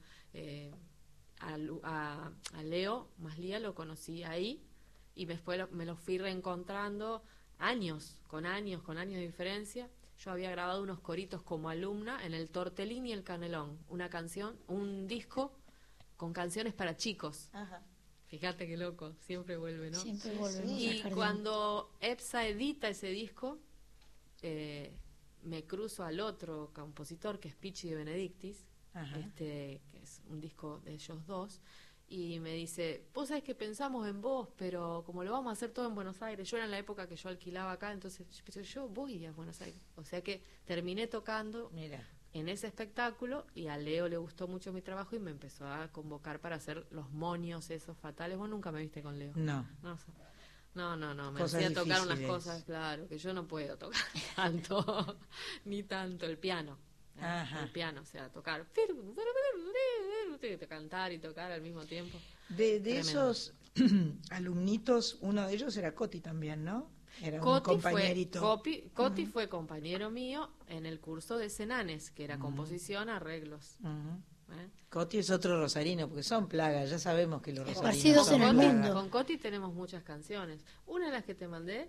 a Leo Maslía lo conocí ahí, y después me lo fui reencontrando con años de diferencia. Yo había grabado unos coritos como alumna en el Tortellini y el Canelón, un disco con canciones para chicos. Ajá. Fíjate qué loco, siempre vuelve, ¿no? Siempre vuelve. Y cuando EPSA edita ese disco, me cruzo al otro compositor, que es Pichi de Benedictis, que es un disco de ellos dos, y me dice, vos sabés que pensamos en vos, pero como lo vamos a hacer todo en Buenos Aires, yo era en la época que yo alquilaba acá, entonces yo voy a Buenos Aires. O sea que terminé tocando en ese espectáculo, y a Leo le gustó mucho mi trabajo y me empezó a convocar para hacer los monios esos fatales. Vos nunca me viste con Leo. No, me hacía tocar unas cosas, claro, que yo no puedo tocar tanto, ni tanto el piano. El piano, o sea, tocar, cantar y tocar al mismo tiempo. De esos alumnitos, uno de ellos era Coti también, ¿no? Era un compañerito. Coti fue compañero mío en el curso de Senanes, que era composición, arreglos. Coti es otro rosarino, porque son plagas, ya sabemos que los rosarinos esparcidos en el mundo. Con Coti tenemos muchas canciones. Una de las que te mandé,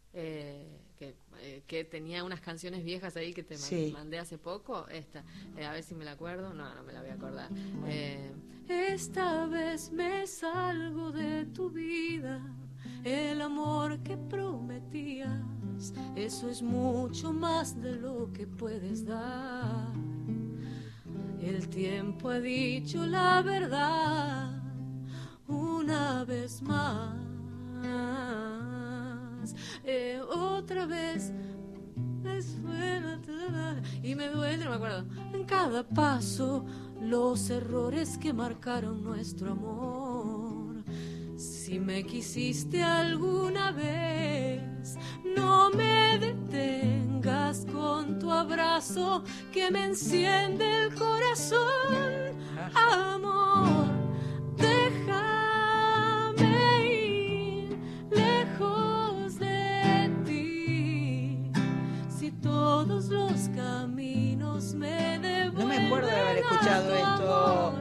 que tenía unas canciones viejas ahí que te mandé hace poco, esta, a ver si me la acuerdo, no me la voy a acordar. Esta vez me salgo de tu vida, el amor que prometías, eso es mucho más de lo que puedes dar. El tiempo ha dicho la verdad una vez más. Otra vez me suena y me duele, no me acuerdo. En cada paso los errores que marcaron nuestro amor. Si me quisiste alguna vez, no me detengas con tu abrazo que me enciende el corazón. Amor, déjame ir lejos de ti. Si todos los caminos me devuelven, no me acuerdo de haber escuchado esto.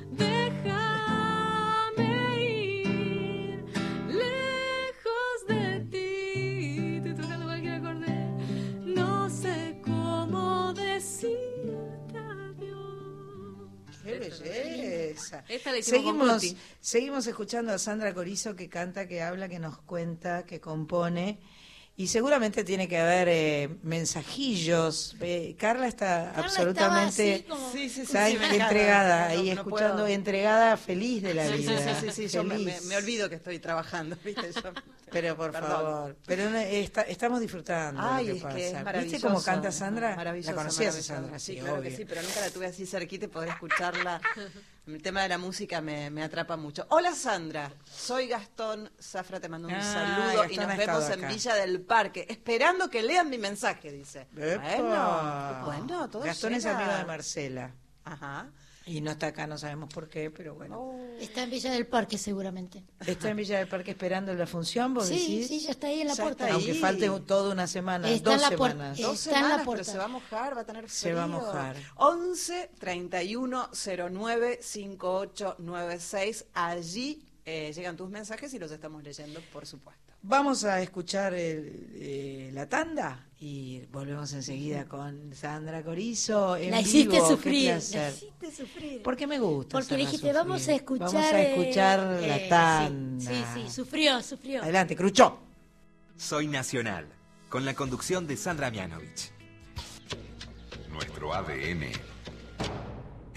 Esta la seguimos escuchando a Sandra Corizo, que canta, que habla, que nos cuenta, que compone, y seguramente tiene que haber mensajillos. Carla está absolutamente está entregada ahí, escuchando, entregada, feliz de la vida. Sí, yo me olvido que estoy trabajando, ¿viste? Pero por favor, pero estamos disfrando. Ay, lo que es pasa. que es maravilloso. ¿Viste cómo canta Sandra? Maravilloso. ¿La conocías a Sandra? Sí, claro que sí, pero nunca la tuve así cerquita y poder escucharla. El tema de la música me atrapa mucho. Hola Sandra, soy Gastón Zafra, te mando un saludo Gastón, y nos vemos en Villa del Parque, esperando que lean mi mensaje, dice. Bueno, todo Gastón llega. es amigo de Marcela. Ajá. Y no está acá, no sabemos por qué, pero bueno. Está en Villa del Parque seguramente. ¿Está en Villa del Parque esperando la función, vos decís? Sí, ya está ahí en la puerta. Aunque falte toda una semana, está 2 en la semanas. Está en la puerta. Pero se va a mojar, va a tener frío. Se va a mojar. 11 31 09 5896. Allí llegan tus mensajes y los estamos leyendo, por supuesto. Vamos a escuchar la tanda y volvemos enseguida con Sandra Corizo en la hiciste vivo. Sufrir. La hiciste sufrir. Porque me gusta. Porque dijiste, vamos a escuchar la tanda. Sí, sufrió. Adelante, Cruchó. Soy Nacional, con la conducción de Sandra Mianovich. Nuestro ADN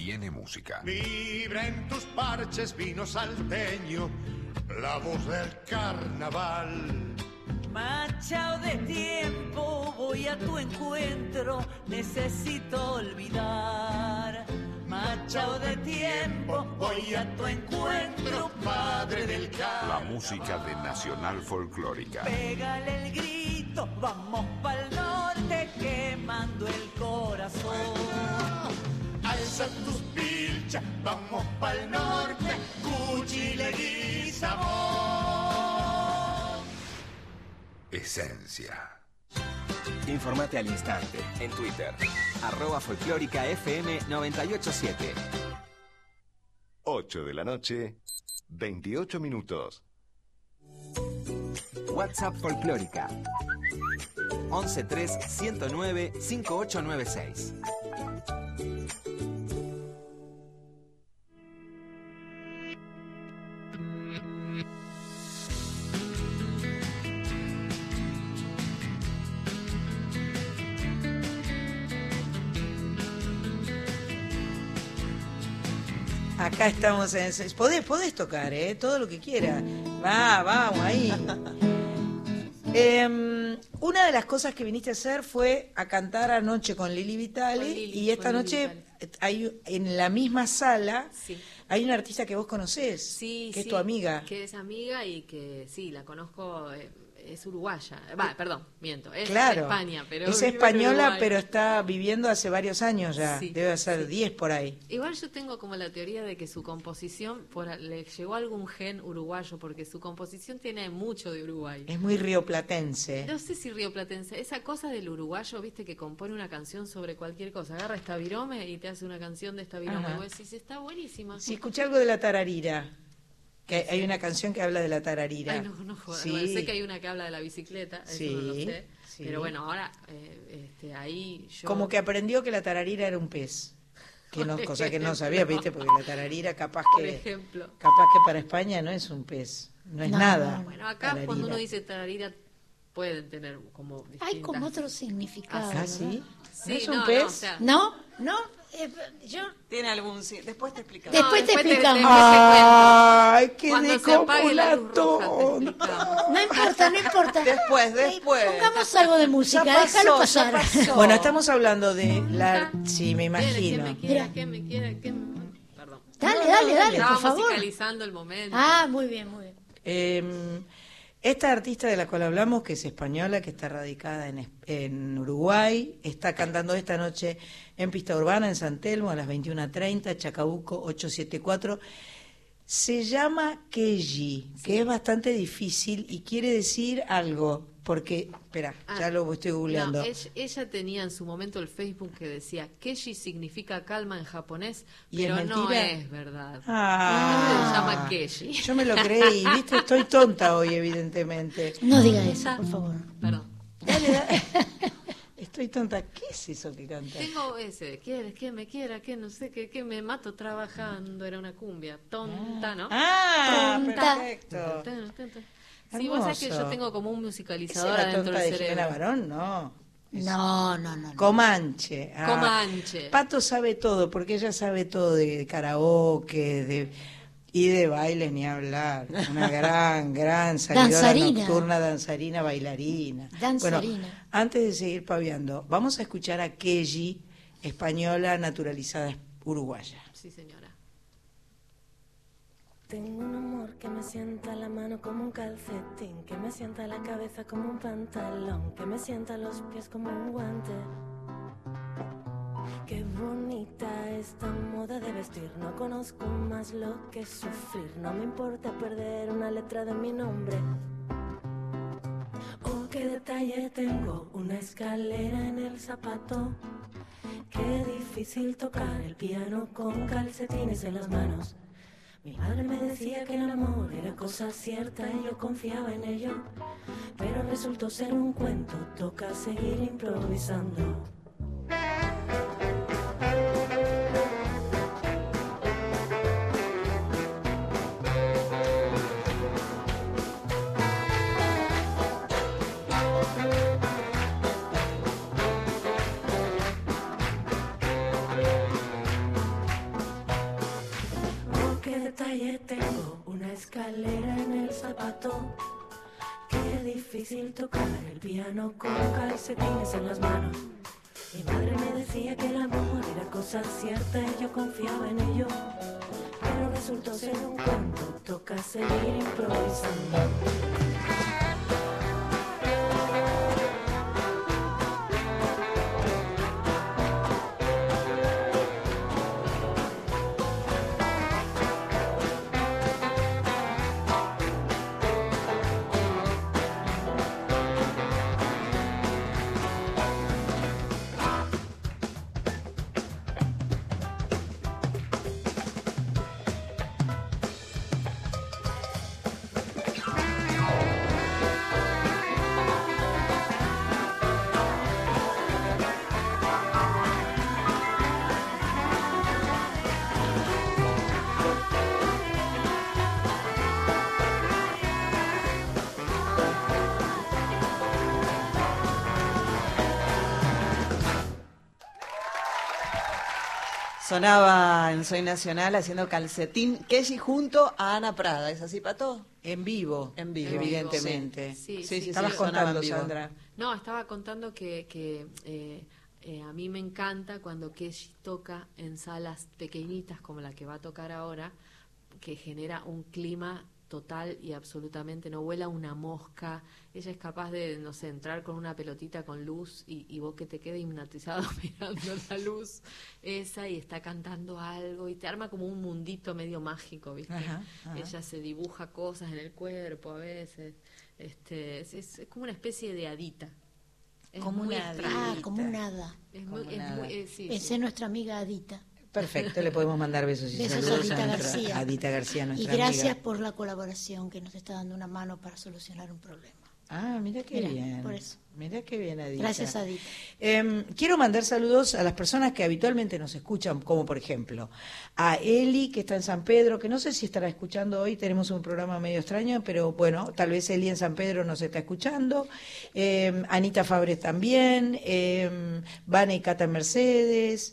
tiene música. Vibra en tus parches vino salteño, la voz del carnaval. Machao de tiempo, voy a tu encuentro, necesito olvidar. Machao de tiempo, voy a tu encuentro, padre del carnaval. La música de Nacional Folclórica. Pégale el grito, vamos pa'l norte, quemando el corazón. Alza tus pilchas, vamos pa'l norte, Cuchile y sabor. Esencia. Informate al instante en Twitter. @folclóricafm987. 8 de la noche, 28 minutos. WhatsApp Folclórica 113 109 5896. Acá estamos en... Podés tocar, todo lo que quieras. Vamos, ahí. Una de las cosas que viniste a hacer fue a cantar anoche con Lili Vitali. Y esta noche hay en la misma sala hay una artista que vos conocés, que es tu amiga. Que es amiga y que sí, la conozco... es uruguaya, perdón, miento, es claro, de España, pero es española, pero está viviendo hace varios años ya, debe ser 10 por ahí. Igual yo tengo como la teoría de que su composición le llegó algún gen uruguayo, porque su composición tiene mucho de Uruguay. Es muy rioplatense. No sé si rioplatense, esa cosa del uruguayo, viste, que compone una canción sobre cualquier cosa, agarra Estavirome y te hace una canción de Estavirome, y vos decís, está buenísima. Si escuché algo de la tararira. Que hay una canción que habla de la tararira. Ay, no jodas. Bueno, sé que hay una que habla de la bicicleta, eso no lo sé. Sí. Pero bueno, ahora ahí yo... Como que aprendió que la tararira era un pez. Cosa que no sabía, ¿viste? Porque la tararira capaz que para España no es un pez, no es nada. Bueno, acá tararira. Cuando uno dice tararira pueden tener como distintas... Hay como otro significado. ¿Ah, sí? Sí, ¿No es un pez? No, yo... Tiene algún... Después te explicamos. Después te explicamos. Ay, qué cuando se apague la luz roja, no importa. Después. Pongamos algo de música, déjalo pasar. Bueno, estamos hablando de la... Sí, me imagino. ¿Quién me quiera? Perdón. Dale, por favor. Musicalizando el momento. Muy bien. Esta artista de la cual hablamos, que es española, que está radicada en Uruguay, está cantando esta noche en Pista Urbana, en San Telmo, a las 21:30, Chacabuco 874. Se llama Keji, que es bastante difícil y quiere decir algo, porque, espera, ya lo estoy googleando. No, ella tenía en su momento el Facebook que decía, Keji significa calma en japonés, pero no es verdad. Se llama Keji. Yo me lo creí, ¿viste? Estoy tonta hoy, evidentemente. No diga eso, por favor. Perdón. Dale. Estoy tonta. ¿Qué es eso que canta? Tengo ese, ¿quieres que me quiera? Que no sé, que me mato trabajando. Era una cumbia. Tonta, ¿no? Tonta. Perfecto. Sí, vos sabés que yo tengo como un musicalizador adentro del cerebro. Jimena Barón? No. No. Comanche. Comanche. Pato sabe todo, porque ella sabe todo de karaoke, y de bailes ni hablar. Una gran salidora nocturna, danzarina, bailarina. Bueno, antes de seguir paviando, vamos a escuchar a Keji, española naturalizada uruguaya. Sí, señora. Tengo un amor que me sienta la mano como un calcetín, que me sienta la cabeza como un pantalón, que me sienta los pies como un guante. Qué bonita esta moda de vestir, no conozco más lo que sufrir, no me importa perder una letra de mi nombre. Oh, qué detalle tengo, una escalera en el zapato. Qué difícil tocar el piano con calcetines en las manos. Mi madre me decía que el amor era cosa cierta y yo confiaba en ello, pero resultó ser un cuento, toca seguir improvisando. zapato. Qué difícil tocar el piano con calcetines en las manos. Mi madre me decía que el amor era cosa cierta y yo confiaba en ello. Pero resultó ser un cuento, toca seguir improvisando. Sonaba en Soy Nacional haciendo calcetín Kelly junto a Ana Prada. ¿Es así, Pato? En vivo. En vivo. Evidentemente. Sí. Estabas contando, Sandra. No, estaba contando que a mí me encanta cuando Kelly toca en salas pequeñitas como la que va a tocar ahora, que genera un clima total y absolutamente, no vuela una mosca. Ella es capaz de, no sé, entrar con una pelotita con luz y vos que te quedes hipnotizado mirando la luz esa y está cantando algo y te arma como un mundito medio mágico, ¿viste? Ajá. Ella se dibuja cosas en el cuerpo a veces, es como una especie de hadita. Es como muy una extraña. Como un hada. Pensé en nuestra amiga Adita. Perfecto, le podemos mandar besos y Besos saludos a Adita García. Adita García, nuestra Y gracias amiga. por la colaboración que nos está dando una mano para solucionar un problema. Ah, mira qué bien. Por eso. Mira qué bien, Adita. Gracias, Adita. Quiero mandar saludos a las personas que habitualmente nos escuchan, como por ejemplo a Eli, que está en San Pedro, que no sé si estará escuchando hoy, tenemos un programa medio extraño, pero bueno, tal vez Eli en San Pedro nos está escuchando. Anita Fabres también, Vane y Cata Mercedes,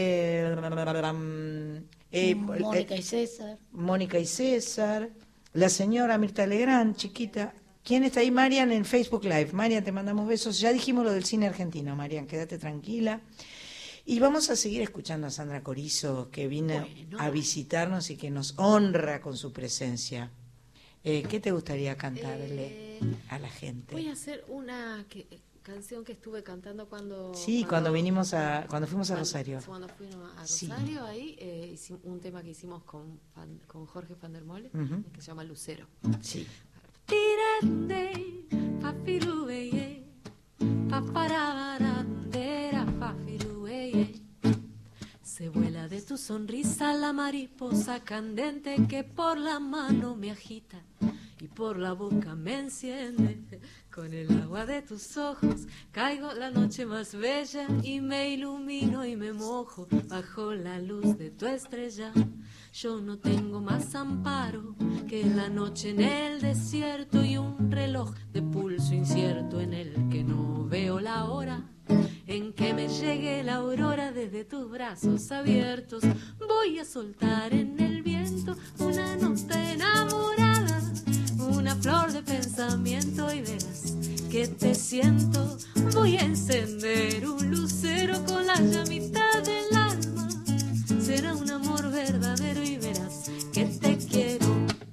Mónica y César. Mónica y César, la señora Mirta Legrand, chiquita. ¿Quién está ahí? Marian en Facebook Live. Marian, te mandamos besos. Ya dijimos lo del cine argentino, Marian, quédate tranquila. Y vamos a seguir escuchando a Sandra Corizo, que vino a visitarnos y que nos honra con su presencia. ¿Qué te gustaría cantarle a la gente? Voy a hacer una canción que estuve cantando cuando... Sí, cuando fuimos a Rosario. Cuando fuimos a Sí. Rosario, ahí un tema que hicimos con Jorge Van der Mole, que se llama Lucero. Sí. Tirande, papirubeye, paparabarandera, papirubeye. Se vuela de tu sonrisa la mariposa candente que por la mano me agita y por la boca me enciende. Con el agua de tus ojos caigo la noche más bella y me ilumino y me mojo bajo la luz de tu estrella. Yo no tengo más amparo que la noche en el desierto y un reloj de pulso incierto en el que no veo la hora en que me llegue la aurora desde tus brazos abiertos. Voy a soltar en el viento una nota enamorada, una flor de pensamiento y verás que te siento. Voy a encender un lucero con la llamita del alma. Será un amor verdadero y verás que te quiero.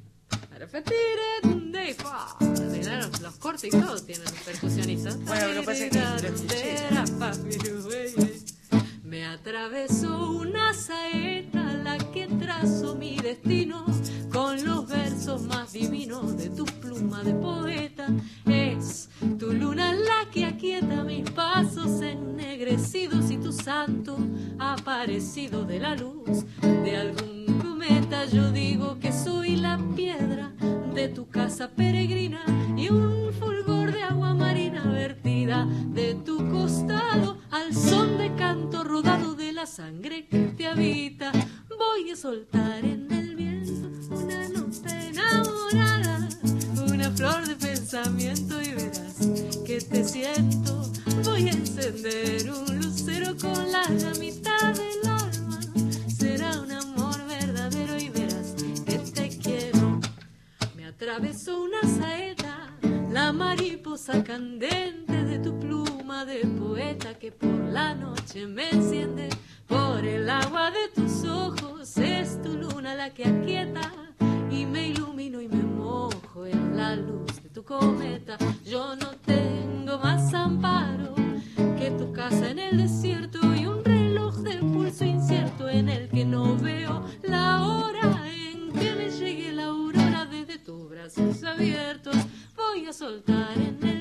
Los cortes y todo tienen percusionistas. Bueno, lo que pasa es que lo escuché. Me atravesó una saeta la que trazo mi destino con los versos más divinos de tu pluma de poeta. Es tu luna la que aquieta mis pasos ennegrecidos y tu santo aparecido de la luz de algún cometa. Yo digo que soy la piedra de tu casa peregrina y un fulgor de agua marina vertida de tu costado al son de canto rodado de la sangre que te habita. Voy a soltar en el viento una nota enamorada, una flor de pensamiento y verás que te siento. Voy a encender un lucero con la mitad del alma. Será un amor verdadero y verás que te quiero. Me atraveso una saeta, la mariposa candente de tu pluma de poeta que por la noche me enciende. Por el agua de tus ojos es tu luna la que aquieta y me ilumino y me mojo en la luz de tu cometa. Yo no tengo más amparo que tu casa en el desierto y un reloj de pulso incierto en el que no veo la hora en que me llegue la aurora. Desde tus brazos abiertos voy a soltar en el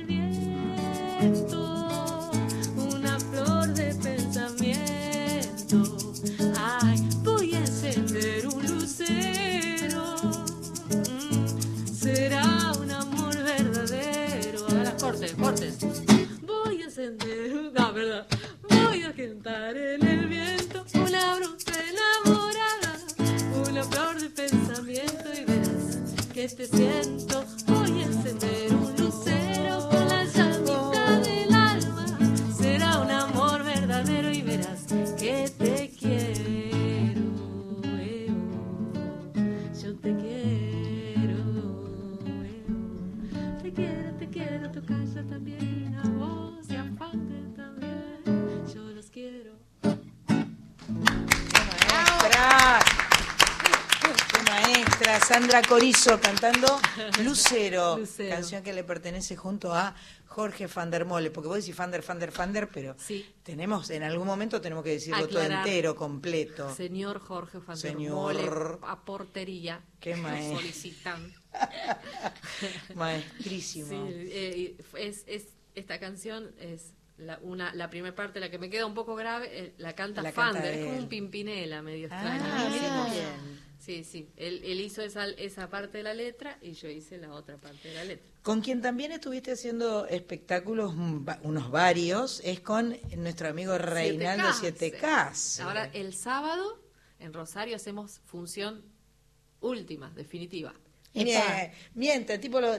viento una flor de pensamiento. Ay, voy a encender un lucero. Será un amor verdadero. A las cortes. Voy a encender una verdad. Voy a cantar en el viento una bruja enamorada, una flor de pensamiento y verás que te siento. Voy a encender un lucero con la llamita del alma. Será un amor verdadero y verás que te quiero. Yo te quiero. Te quiero, tu casa también, a vos y a Pante también. Yo los quiero. ¡Qué maestra! Sandra Corizo cantando Lucero, canción que le pertenece junto a Jorge van der Molle, porque vos decís Fander, pero tenemos, en algún momento tenemos que decirlo todo entero, completo. Señor Jorge van der Molle, a portería. Qué maestro. Solicitan. Maestrísimo. Sí, esta canción es la primera parte, la que me queda un poco grave, la canta Fander, es como un Pimpinela medio extraño. Sí, él hizo esa parte de la letra y yo hice la otra parte de la letra. Con quien también estuviste haciendo espectáculos, unos varios, es con nuestro amigo Reinaldo 7K. Ahora, el sábado, en Rosario, hacemos función última, definitiva. Miente, tipo los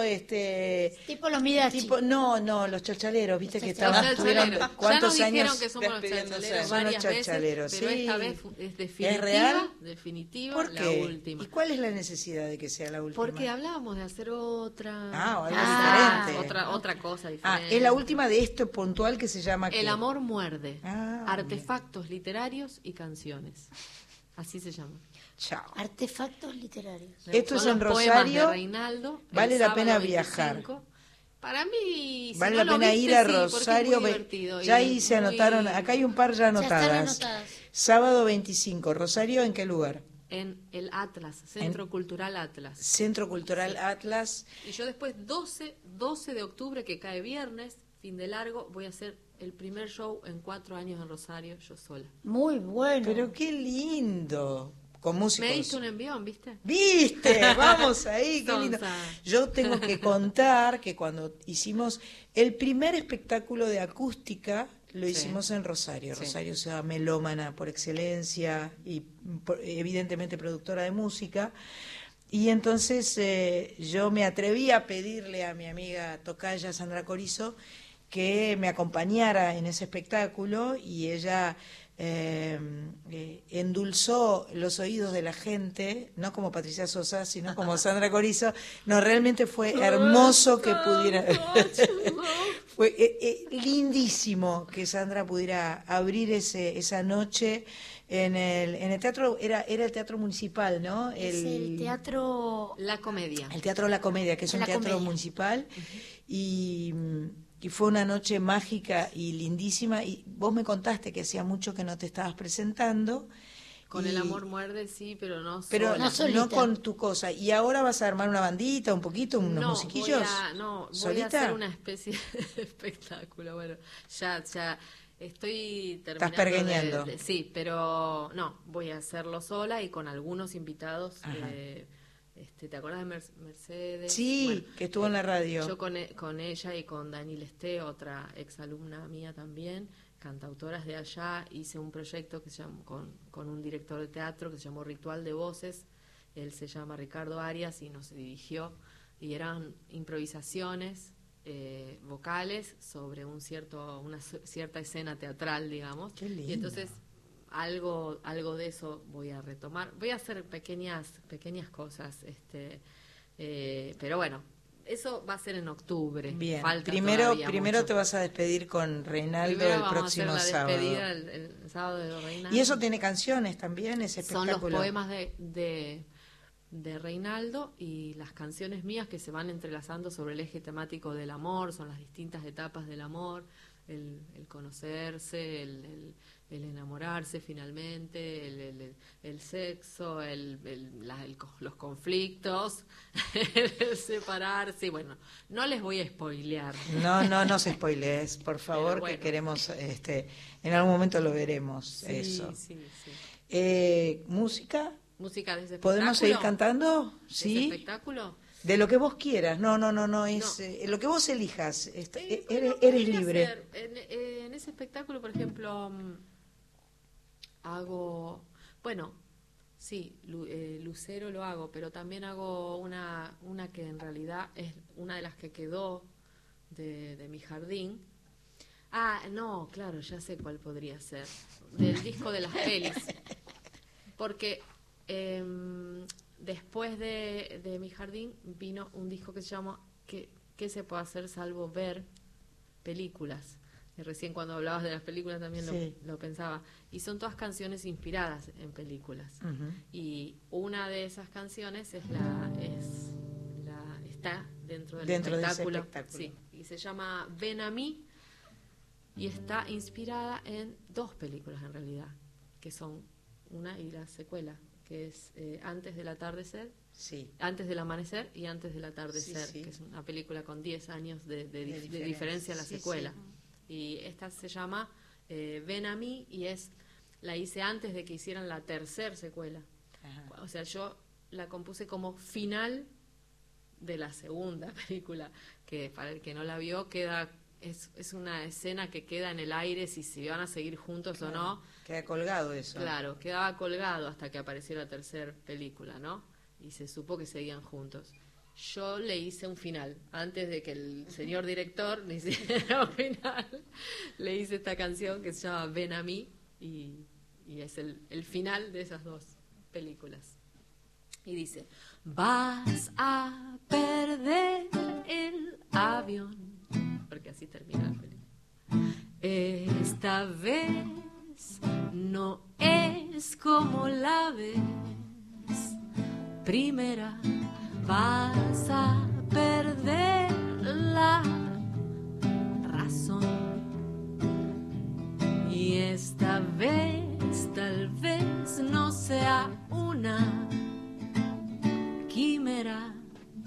Midachi. No, los chachaleros, viste que estaban, tuvieron cuántos ya nos años que somos los chachaleros son los varias chachaleros, veces, pero esta vez es definitiva. ¿Es real? Definitiva, ¿Por la qué? última. ¿Y cuál es la necesidad de que sea la última? Porque hablábamos de hacer otra. Algo diferente. Otra cosa diferente. Es la última de esto puntual que se llama El amor muerde. Artefactos literarios y canciones. Así se llama. Chao. Artefactos literarios. Esto es en Rosario. Vale la pena viajar. Para mí, si vale no la pena ir a Rosario. Ya ahí se anotaron. Acá hay un par ya anotadas. Sábado 25. ¿Rosario en qué lugar? En el Atlas, Centro Cultural Atlas. Centro Cultural Atlas. Y yo después, 12 de octubre, que cae viernes, fin de largo, voy a hacer el primer show en 4 años en Rosario, yo sola. Muy bueno. Pero qué lindo. Con músicos. Me hizo un envión, ¿viste? ¿Viste? Vamos ahí, qué lindo. Yo tengo que contar que cuando hicimos el primer espectáculo de acústica, lo hicimos en Rosario. Rosario se llama melómana por excelencia y evidentemente productora de música. Y entonces yo me atreví a pedirle a mi amiga tocaya Sandra Corizo que me acompañara en ese espectáculo y ella endulzó los oídos de la gente, no como Patricia Sosa, sino como Sandra Corizo. No, realmente fue hermoso que pudiera... Fue lindísimo que Sandra pudiera abrir esa noche en el teatro, era el teatro municipal, ¿no? El teatro La Comedia. El teatro La Comedia, que es un teatro municipal, y fue una noche mágica y lindísima, y vos me contaste que hacía mucho que no te estabas presentando. Con El amor muerde, sí, pero no sola. Pero no con tu cosa. ¿Y ahora vas a armar una bandita, unos musiquillos? Voy a hacer una especie de espectáculo. Bueno, ya estoy terminando. Estás pergeñando. Sí, pero no, voy a hacerlo sola y con algunos invitados. ¿Te acuerdas de Mercedes? Sí, bueno, que estuvo en la radio. Yo con ella y con Dani Lesté, otra exalumna mía también, cantautoras de allá, hice un proyecto que se llamó, con un director de teatro que se llamó Ritual de Voces. Él se llama Ricardo Arias y nos dirigió, y eran improvisaciones vocales sobre una cierta escena teatral, digamos. Qué lindo. Y entonces algo de eso voy a retomar. Voy a hacer pequeñas cosas. Pero bueno, eso va a ser en octubre. Bien, Falta primero mucho. te vas a despedir con Reinaldo Primero el vamos próximo a hacer la sábado. despedida el sábado de Reinaldo. Y eso tiene canciones también, ese Son espectáculo. los poemas de Reinaldo y las canciones mías que se van entrelazando sobre el eje temático del amor, son las distintas etapas del amor, el conocerse, el enamorarse finalmente, el sexo, los conflictos, el separarse. Bueno, no les voy a spoilear. No se spoilees, por favor, bueno. que queremos, en algún momento lo veremos, eso. Sí. ¿Música? Música de ese espectáculo. ¿Podemos seguir cantando? ¿De Sí. ese espectáculo? De lo que vos quieras. No, es lo que vos elijas. Eres libre. Hacer? En ese espectáculo, por ejemplo, hago, bueno, sí, Lucero lo hago, pero también hago una que en realidad es una de las que quedó de mi jardín. No, claro, ya sé cuál podría ser. Del disco de las pelis. Porque después de mi jardín vino un disco que se llama ¿Qué se puede hacer salvo ver películas? Y recién cuando hablabas de las películas también Sí. lo pensaba. Y son todas canciones inspiradas en películas. Ujú. Y una de esas canciones está dentro del De ese espectáculo. espectáculo. Sí, y se llama Ven a mí y está inspirada en dos películas en realidad, que son una y la secuela, que es Antes del atardecer, Sí. Antes del amanecer y Antes del atardecer, Sí. que es una película con 10 años de diferencia. diferencia a la Sí, secuela. sí. Y esta se llama Ven a mí y la hice antes de que hicieran la tercer secuela. Ajá. O sea, yo la compuse como final de la segunda película, que para el que no la vio es una escena que queda en el aire si se van a seguir juntos o no. Queda colgado eso. Claro, quedaba colgado hasta que apareció la tercera película, ¿no? Y se supo que seguían juntos. Yo le hice un final, antes de que el señor director le hiciera un final, le hice esta canción que se llama Ven a mí y es el final de esas dos películas. Y dice, vas a perder el avión, porque así termina la película. Esta vez no es como la vez primera, vas a perder la razón. Y esta vez tal vez no sea una quimera.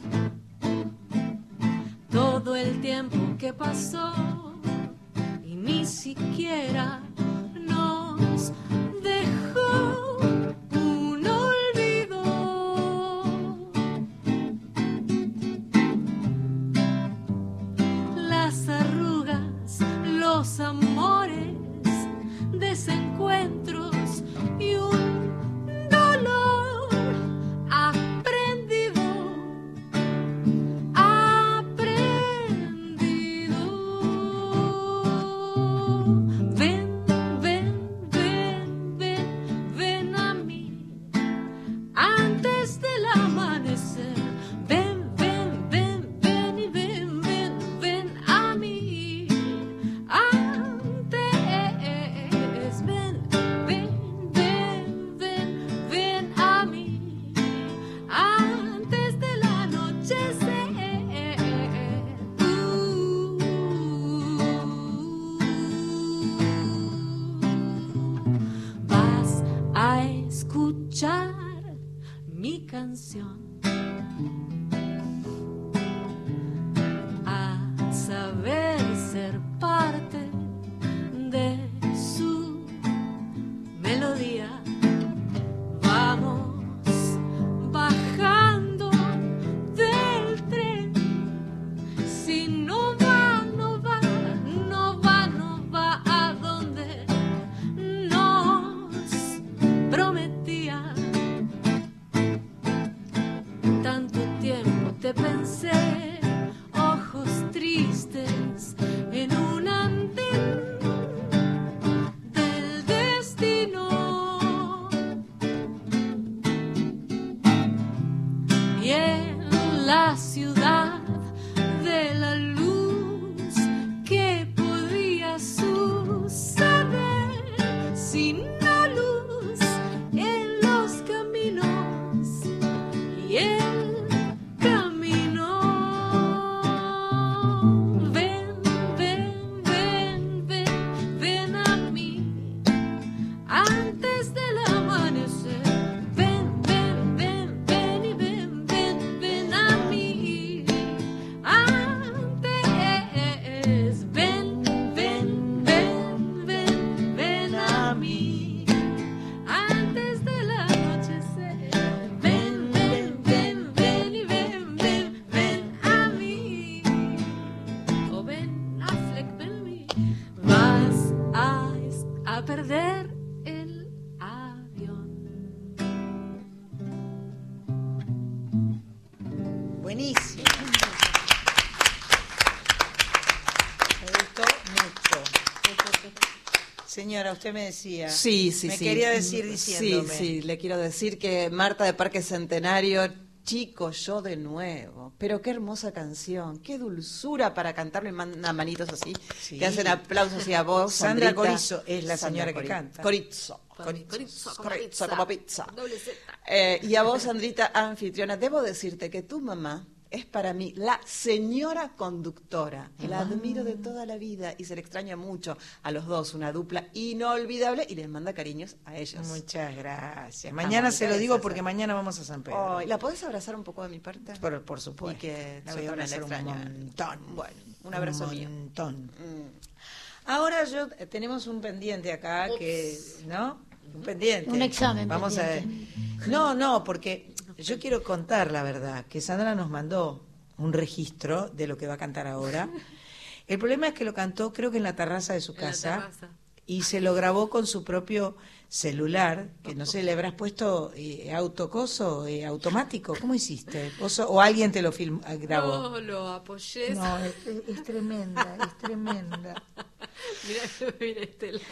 Todo el tiempo que pasó y ni siquiera nos dejó un olvido. Las arrugas, los amores, desencuentros y un dolor aprendido. Ven, ven, ven, ven, ven a mí antes del amanecer. Ven, ven, ven, ven y ven, ven, ven a mí antes. Ven, ven, ven, ven, ven a mí antes del anochecer. Vas a escuchar mi canción, a saber ser parte de su melodía. Vamos bajando del tren. Si no va, no va, no va, no va a donde nos prometía. Señora, usted me decía. Sí. Me quería decir diciéndome. Sí, le quiero decir que Marta de Parque Centenario, chico, yo de nuevo. Pero qué hermosa canción, qué dulzura para cantarlo y manda manitos así, Sí. que hacen aplausos y a vos. Sandra Sandrita. Corizo es la señora que canta. Corizo como pizza. Doble Z. Y a vos, Sandrita, anfitriona, debo decirte que tu mamá es para mí la señora conductora. La admiro de toda la vida y se le extraña mucho a los dos, una dupla inolvidable, y les manda cariños a ellos. Muchas gracias. Mañana se lo digo porque mañana vamos a San Pedro. ¿La podés abrazar un poco de mi parte? Por supuesto. Y que la voy a abrazar un montón. Bueno, un abrazo mío. Un montón. Ahora tenemos un pendiente acá que, ¿no? Un pendiente. Un examen Vamos a ver. No, porque yo quiero contar la verdad, que Sandra nos mandó un registro de lo que va a cantar ahora. El problema es que lo cantó, creo que en la terraza de su casa, y se lo grabó con su propio celular, que no sé, le habrás puesto automático. ¿Cómo hiciste? ¿O alguien te lo grabó? No, lo apoyé. No, es tremenda, es tremenda. Mira este lado.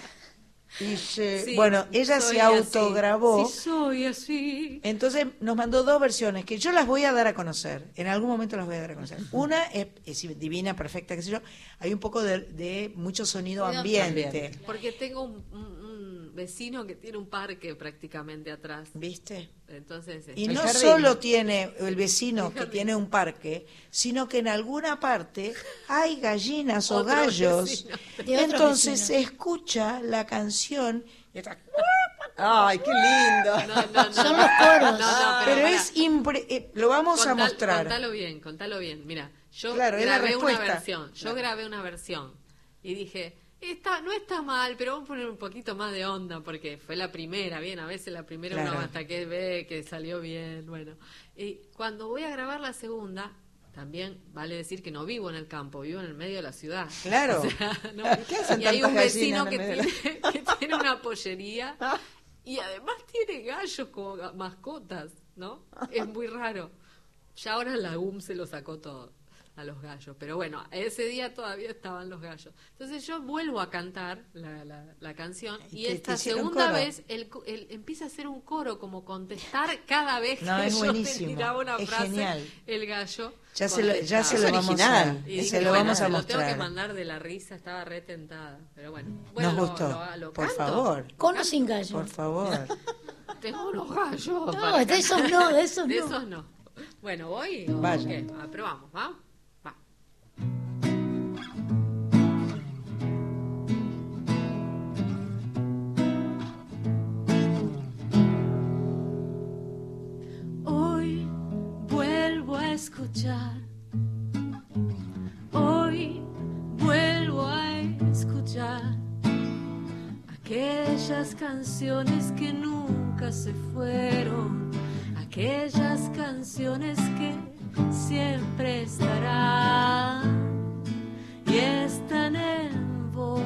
Bueno, ella se autograbó. Sí, soy así. Entonces nos mandó 2 versiones que yo las voy a dar a conocer. En algún momento las voy a dar a conocer. Una es divina, perfecta, qué sé yo. Hay un poco de mucho sonido ambiente. Porque tengo un vecino que tiene un parque prácticamente atrás. ¿Viste? Entonces, y no solo tiene el vecino que tiene un parque, sino que en alguna parte hay gallinas o gallos. Entonces se escucha la canción y está... ¡Ay, qué lindo! Son los coros. Pero es lo vamos a mostrar. Contalo bien. Mira, yo claro, grabé una versión. Yo grabé una versión y dije, no está mal, pero vamos a poner un poquito más de onda porque fue la primera, bien, a veces la primera uno hasta que ve que salió bien, bueno. Y cuando voy a grabar la segunda, también vale decir que no vivo en el campo, vivo en el medio de la ciudad. Claro. O sea, ¿no? ¿Qué hacen y hay un tantas vecino gallinas que tiene una pollería y además tiene gallos como mascotas, ¿no? Es muy raro. Ya ahora la UM se lo sacó todo a los gallos, pero bueno, ese día todavía estaban los gallos. Entonces yo vuelvo a cantar la canción y esta segunda vez él empieza a hacer un coro, como contestar cada vez que yo tiraba una frase, genial. El gallo ya se lo vamos a Lo mostrar. tengo que mandar de la risa, estaba re tentada, pero bueno. Nos gustó. Por favor. Con o sin gallo. Por favor. Tengo unos gallos. No, de esos no. Bueno, ¿voy? Vaya. ¿Qué? Probamos, ¿va? Hoy vuelvo a escuchar. Hoy vuelvo a escuchar aquellas canciones que nunca se fueron, aquellas canciones que siempre estarán y están en vos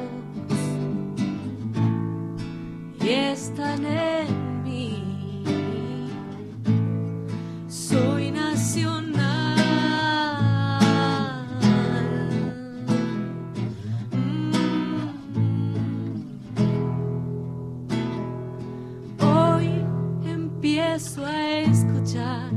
y están en mí. Soy nacional. Hoy empiezo a escuchar.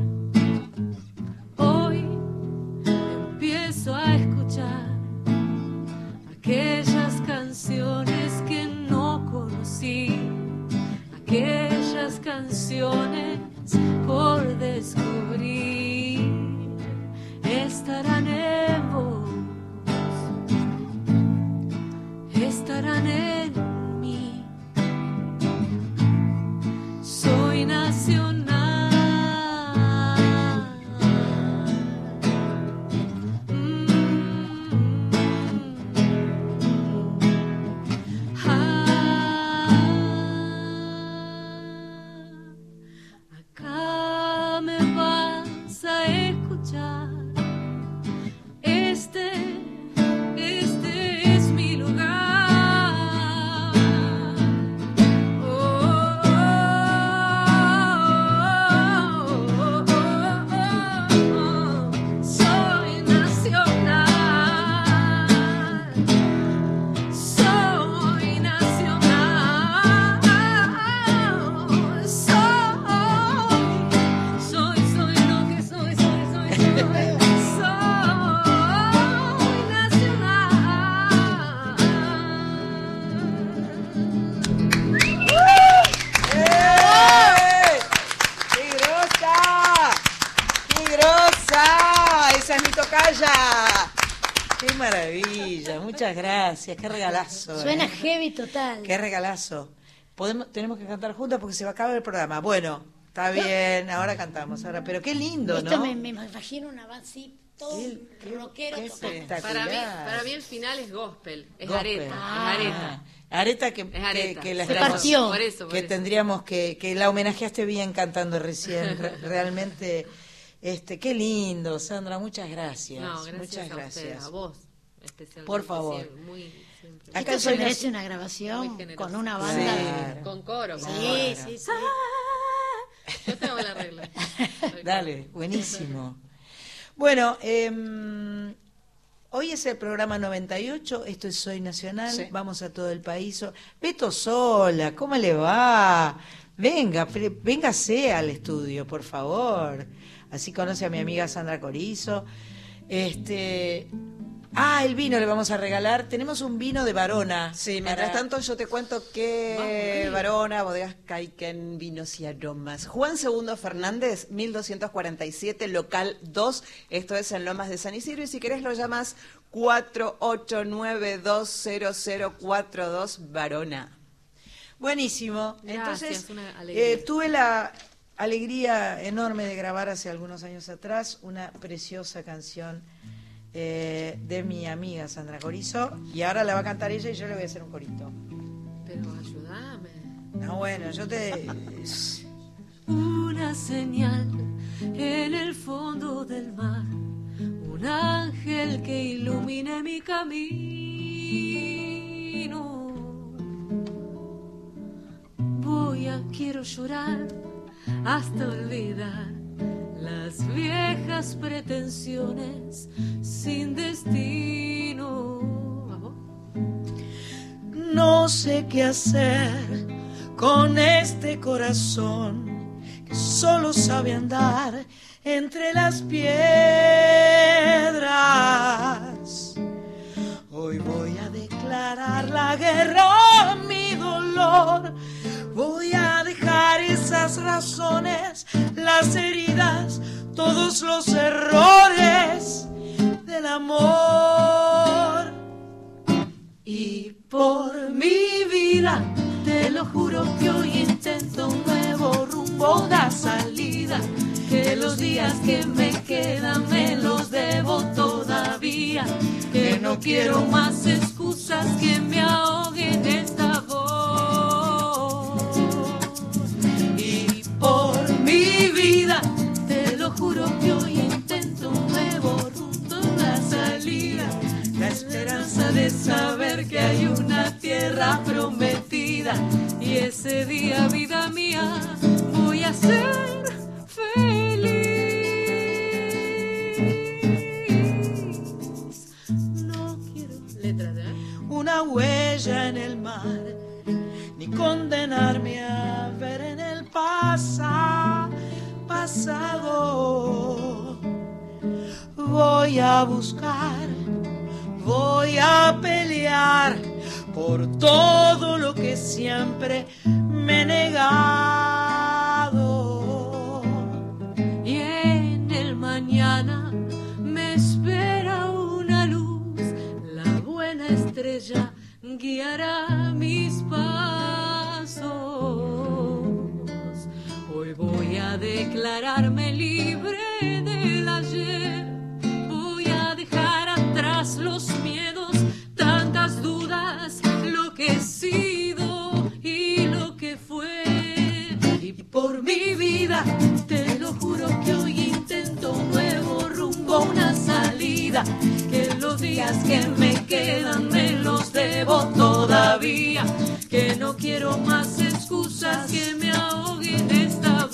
Hoy empiezo a escuchar aquellas canciones que no conocí, aquellas canciones por descubrir, estarán en vos, estarán en mí. Soy nacional. Acá me vas a escuchar Qué maravilla, muchas gracias, qué regalazo. Suena heavy total. Qué regalazo. Tenemos que cantar juntas porque se va a acabar el programa. Bueno, está bien, ahora cantamos, pero qué lindo, Esto ¿no? me imagino una banda así, todo rockero. Para mí el final es gospel, es Gospel. Areta, es Areta. Areta que la Se estamos- partió. Por eso. tendríamos que la homenajeaste bien cantando recién, realmente, qué lindo, Sandra, muchas gracias. No, gracias muchas a gracias. usted, a vos especialmente. Por favor. Siempre. Acá Esto soy se merece una grabación con una banda. Claro. Con coro. Sí, sí, sí. Yo tengo la regla. Dale, buenísimo. Bueno, hoy es el programa 98, esto es Soy Nacional, Sí. vamos a todo el país. Beto Sola, ¿cómo le va? Véngase al estudio, por favor. Así conoce a mi amiga Sandra Corizo. El vino le vamos a regalar. Tenemos un vino de Varona. Sí, mientras tanto yo te cuento que Varona, Bodegas Caiken, Vinos y Aromas. Juan II Fernández, 1247, local 2. Esto es en Lomas de San Isidro. Y si querés lo llamas 48920042 Varona. Buenísimo. Gracias, Entonces, una alegría. tuve la alegría enorme de grabar hace algunos años atrás una preciosa canción de mi amiga Sandra Corizo, y ahora la va a cantar ella y yo le voy a hacer un corito. Pero ayúdame. No, bueno, yo te... Una señal en el fondo del mar, un ángel que ilumine mi camino. Quiero llorar hasta olvidar las viejas pretensiones sin destino. No sé qué hacer con este corazón que solo sabe andar entre las piedras. Hoy voy a declarar la guerra a mi dolor. Voy a dejar esas razones, las heridas, todos los errores del amor. Y por mi vida, te lo juro que hoy intento un nuevo rumbo, una salida. Que los días que me quedan me los debo todavía. Que no quiero más excusas que me ahoguen esta voz. Y por mi vida, te lo juro que hoy intento un nuevo rumbo, una salida. La esperanza de saber que hay una tierra prometida. Y ese día, vida mía, voy a ser feliz. No quiero letras de una huella en el mar, ni condenarme a ver en el pasado. Voy a buscar, voy a pelear por todo lo que siempre me he negado. Y en el mañana me espera una luz, la buena estrella guiará mis pasos. Hoy voy a declararme libre del ayer. Voy a dejar atrás los miedos, tantas dudas, lo que he sido y lo que fue. Y por mi vida, te lo juro que hoy intento un nuevo rumbo, una salida. Que los días que me quedan me los debo todavía. Que no quiero más excusas que me ahoguen esta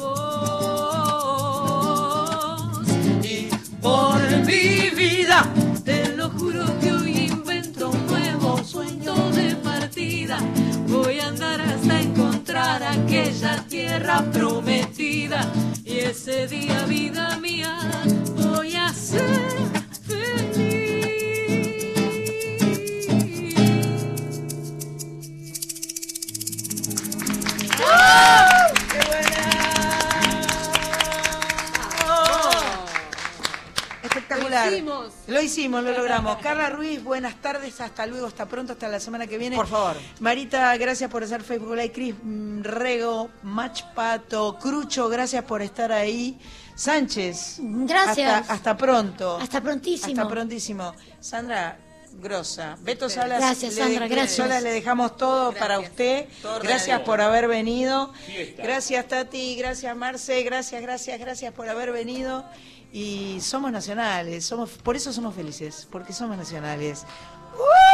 voz. Y por mi vida, te lo juro que hoy invento un nuevo sueño de partida. Voy a andar hasta encontrar aquella tierra prometida. Y ese día, vida mía, voy a ser feliz. ¡Qué buena! Espectacular. Lo hicimos. Lo hicimos. hicimos, lo logramos. Carla Ruiz, buenas tardes, hasta luego, hasta pronto, hasta la semana que viene. Por favor. Marita, gracias por hacer Facebook Live. Cris Rego, Mach Pato, Crucho, gracias por estar ahí. Sánchez, gracias. Hasta pronto. Hasta prontísimo. Hasta prontísimo. Sandra, grosa. Beto Salas, gracias, Sandra, gracias. Salas, le dejamos todo para usted. Gracias por haber venido. Fiesta. Gracias, Tati, gracias, Marce, gracias por haber venido. Y somos nacionales, por eso somos felices, porque somos nacionales.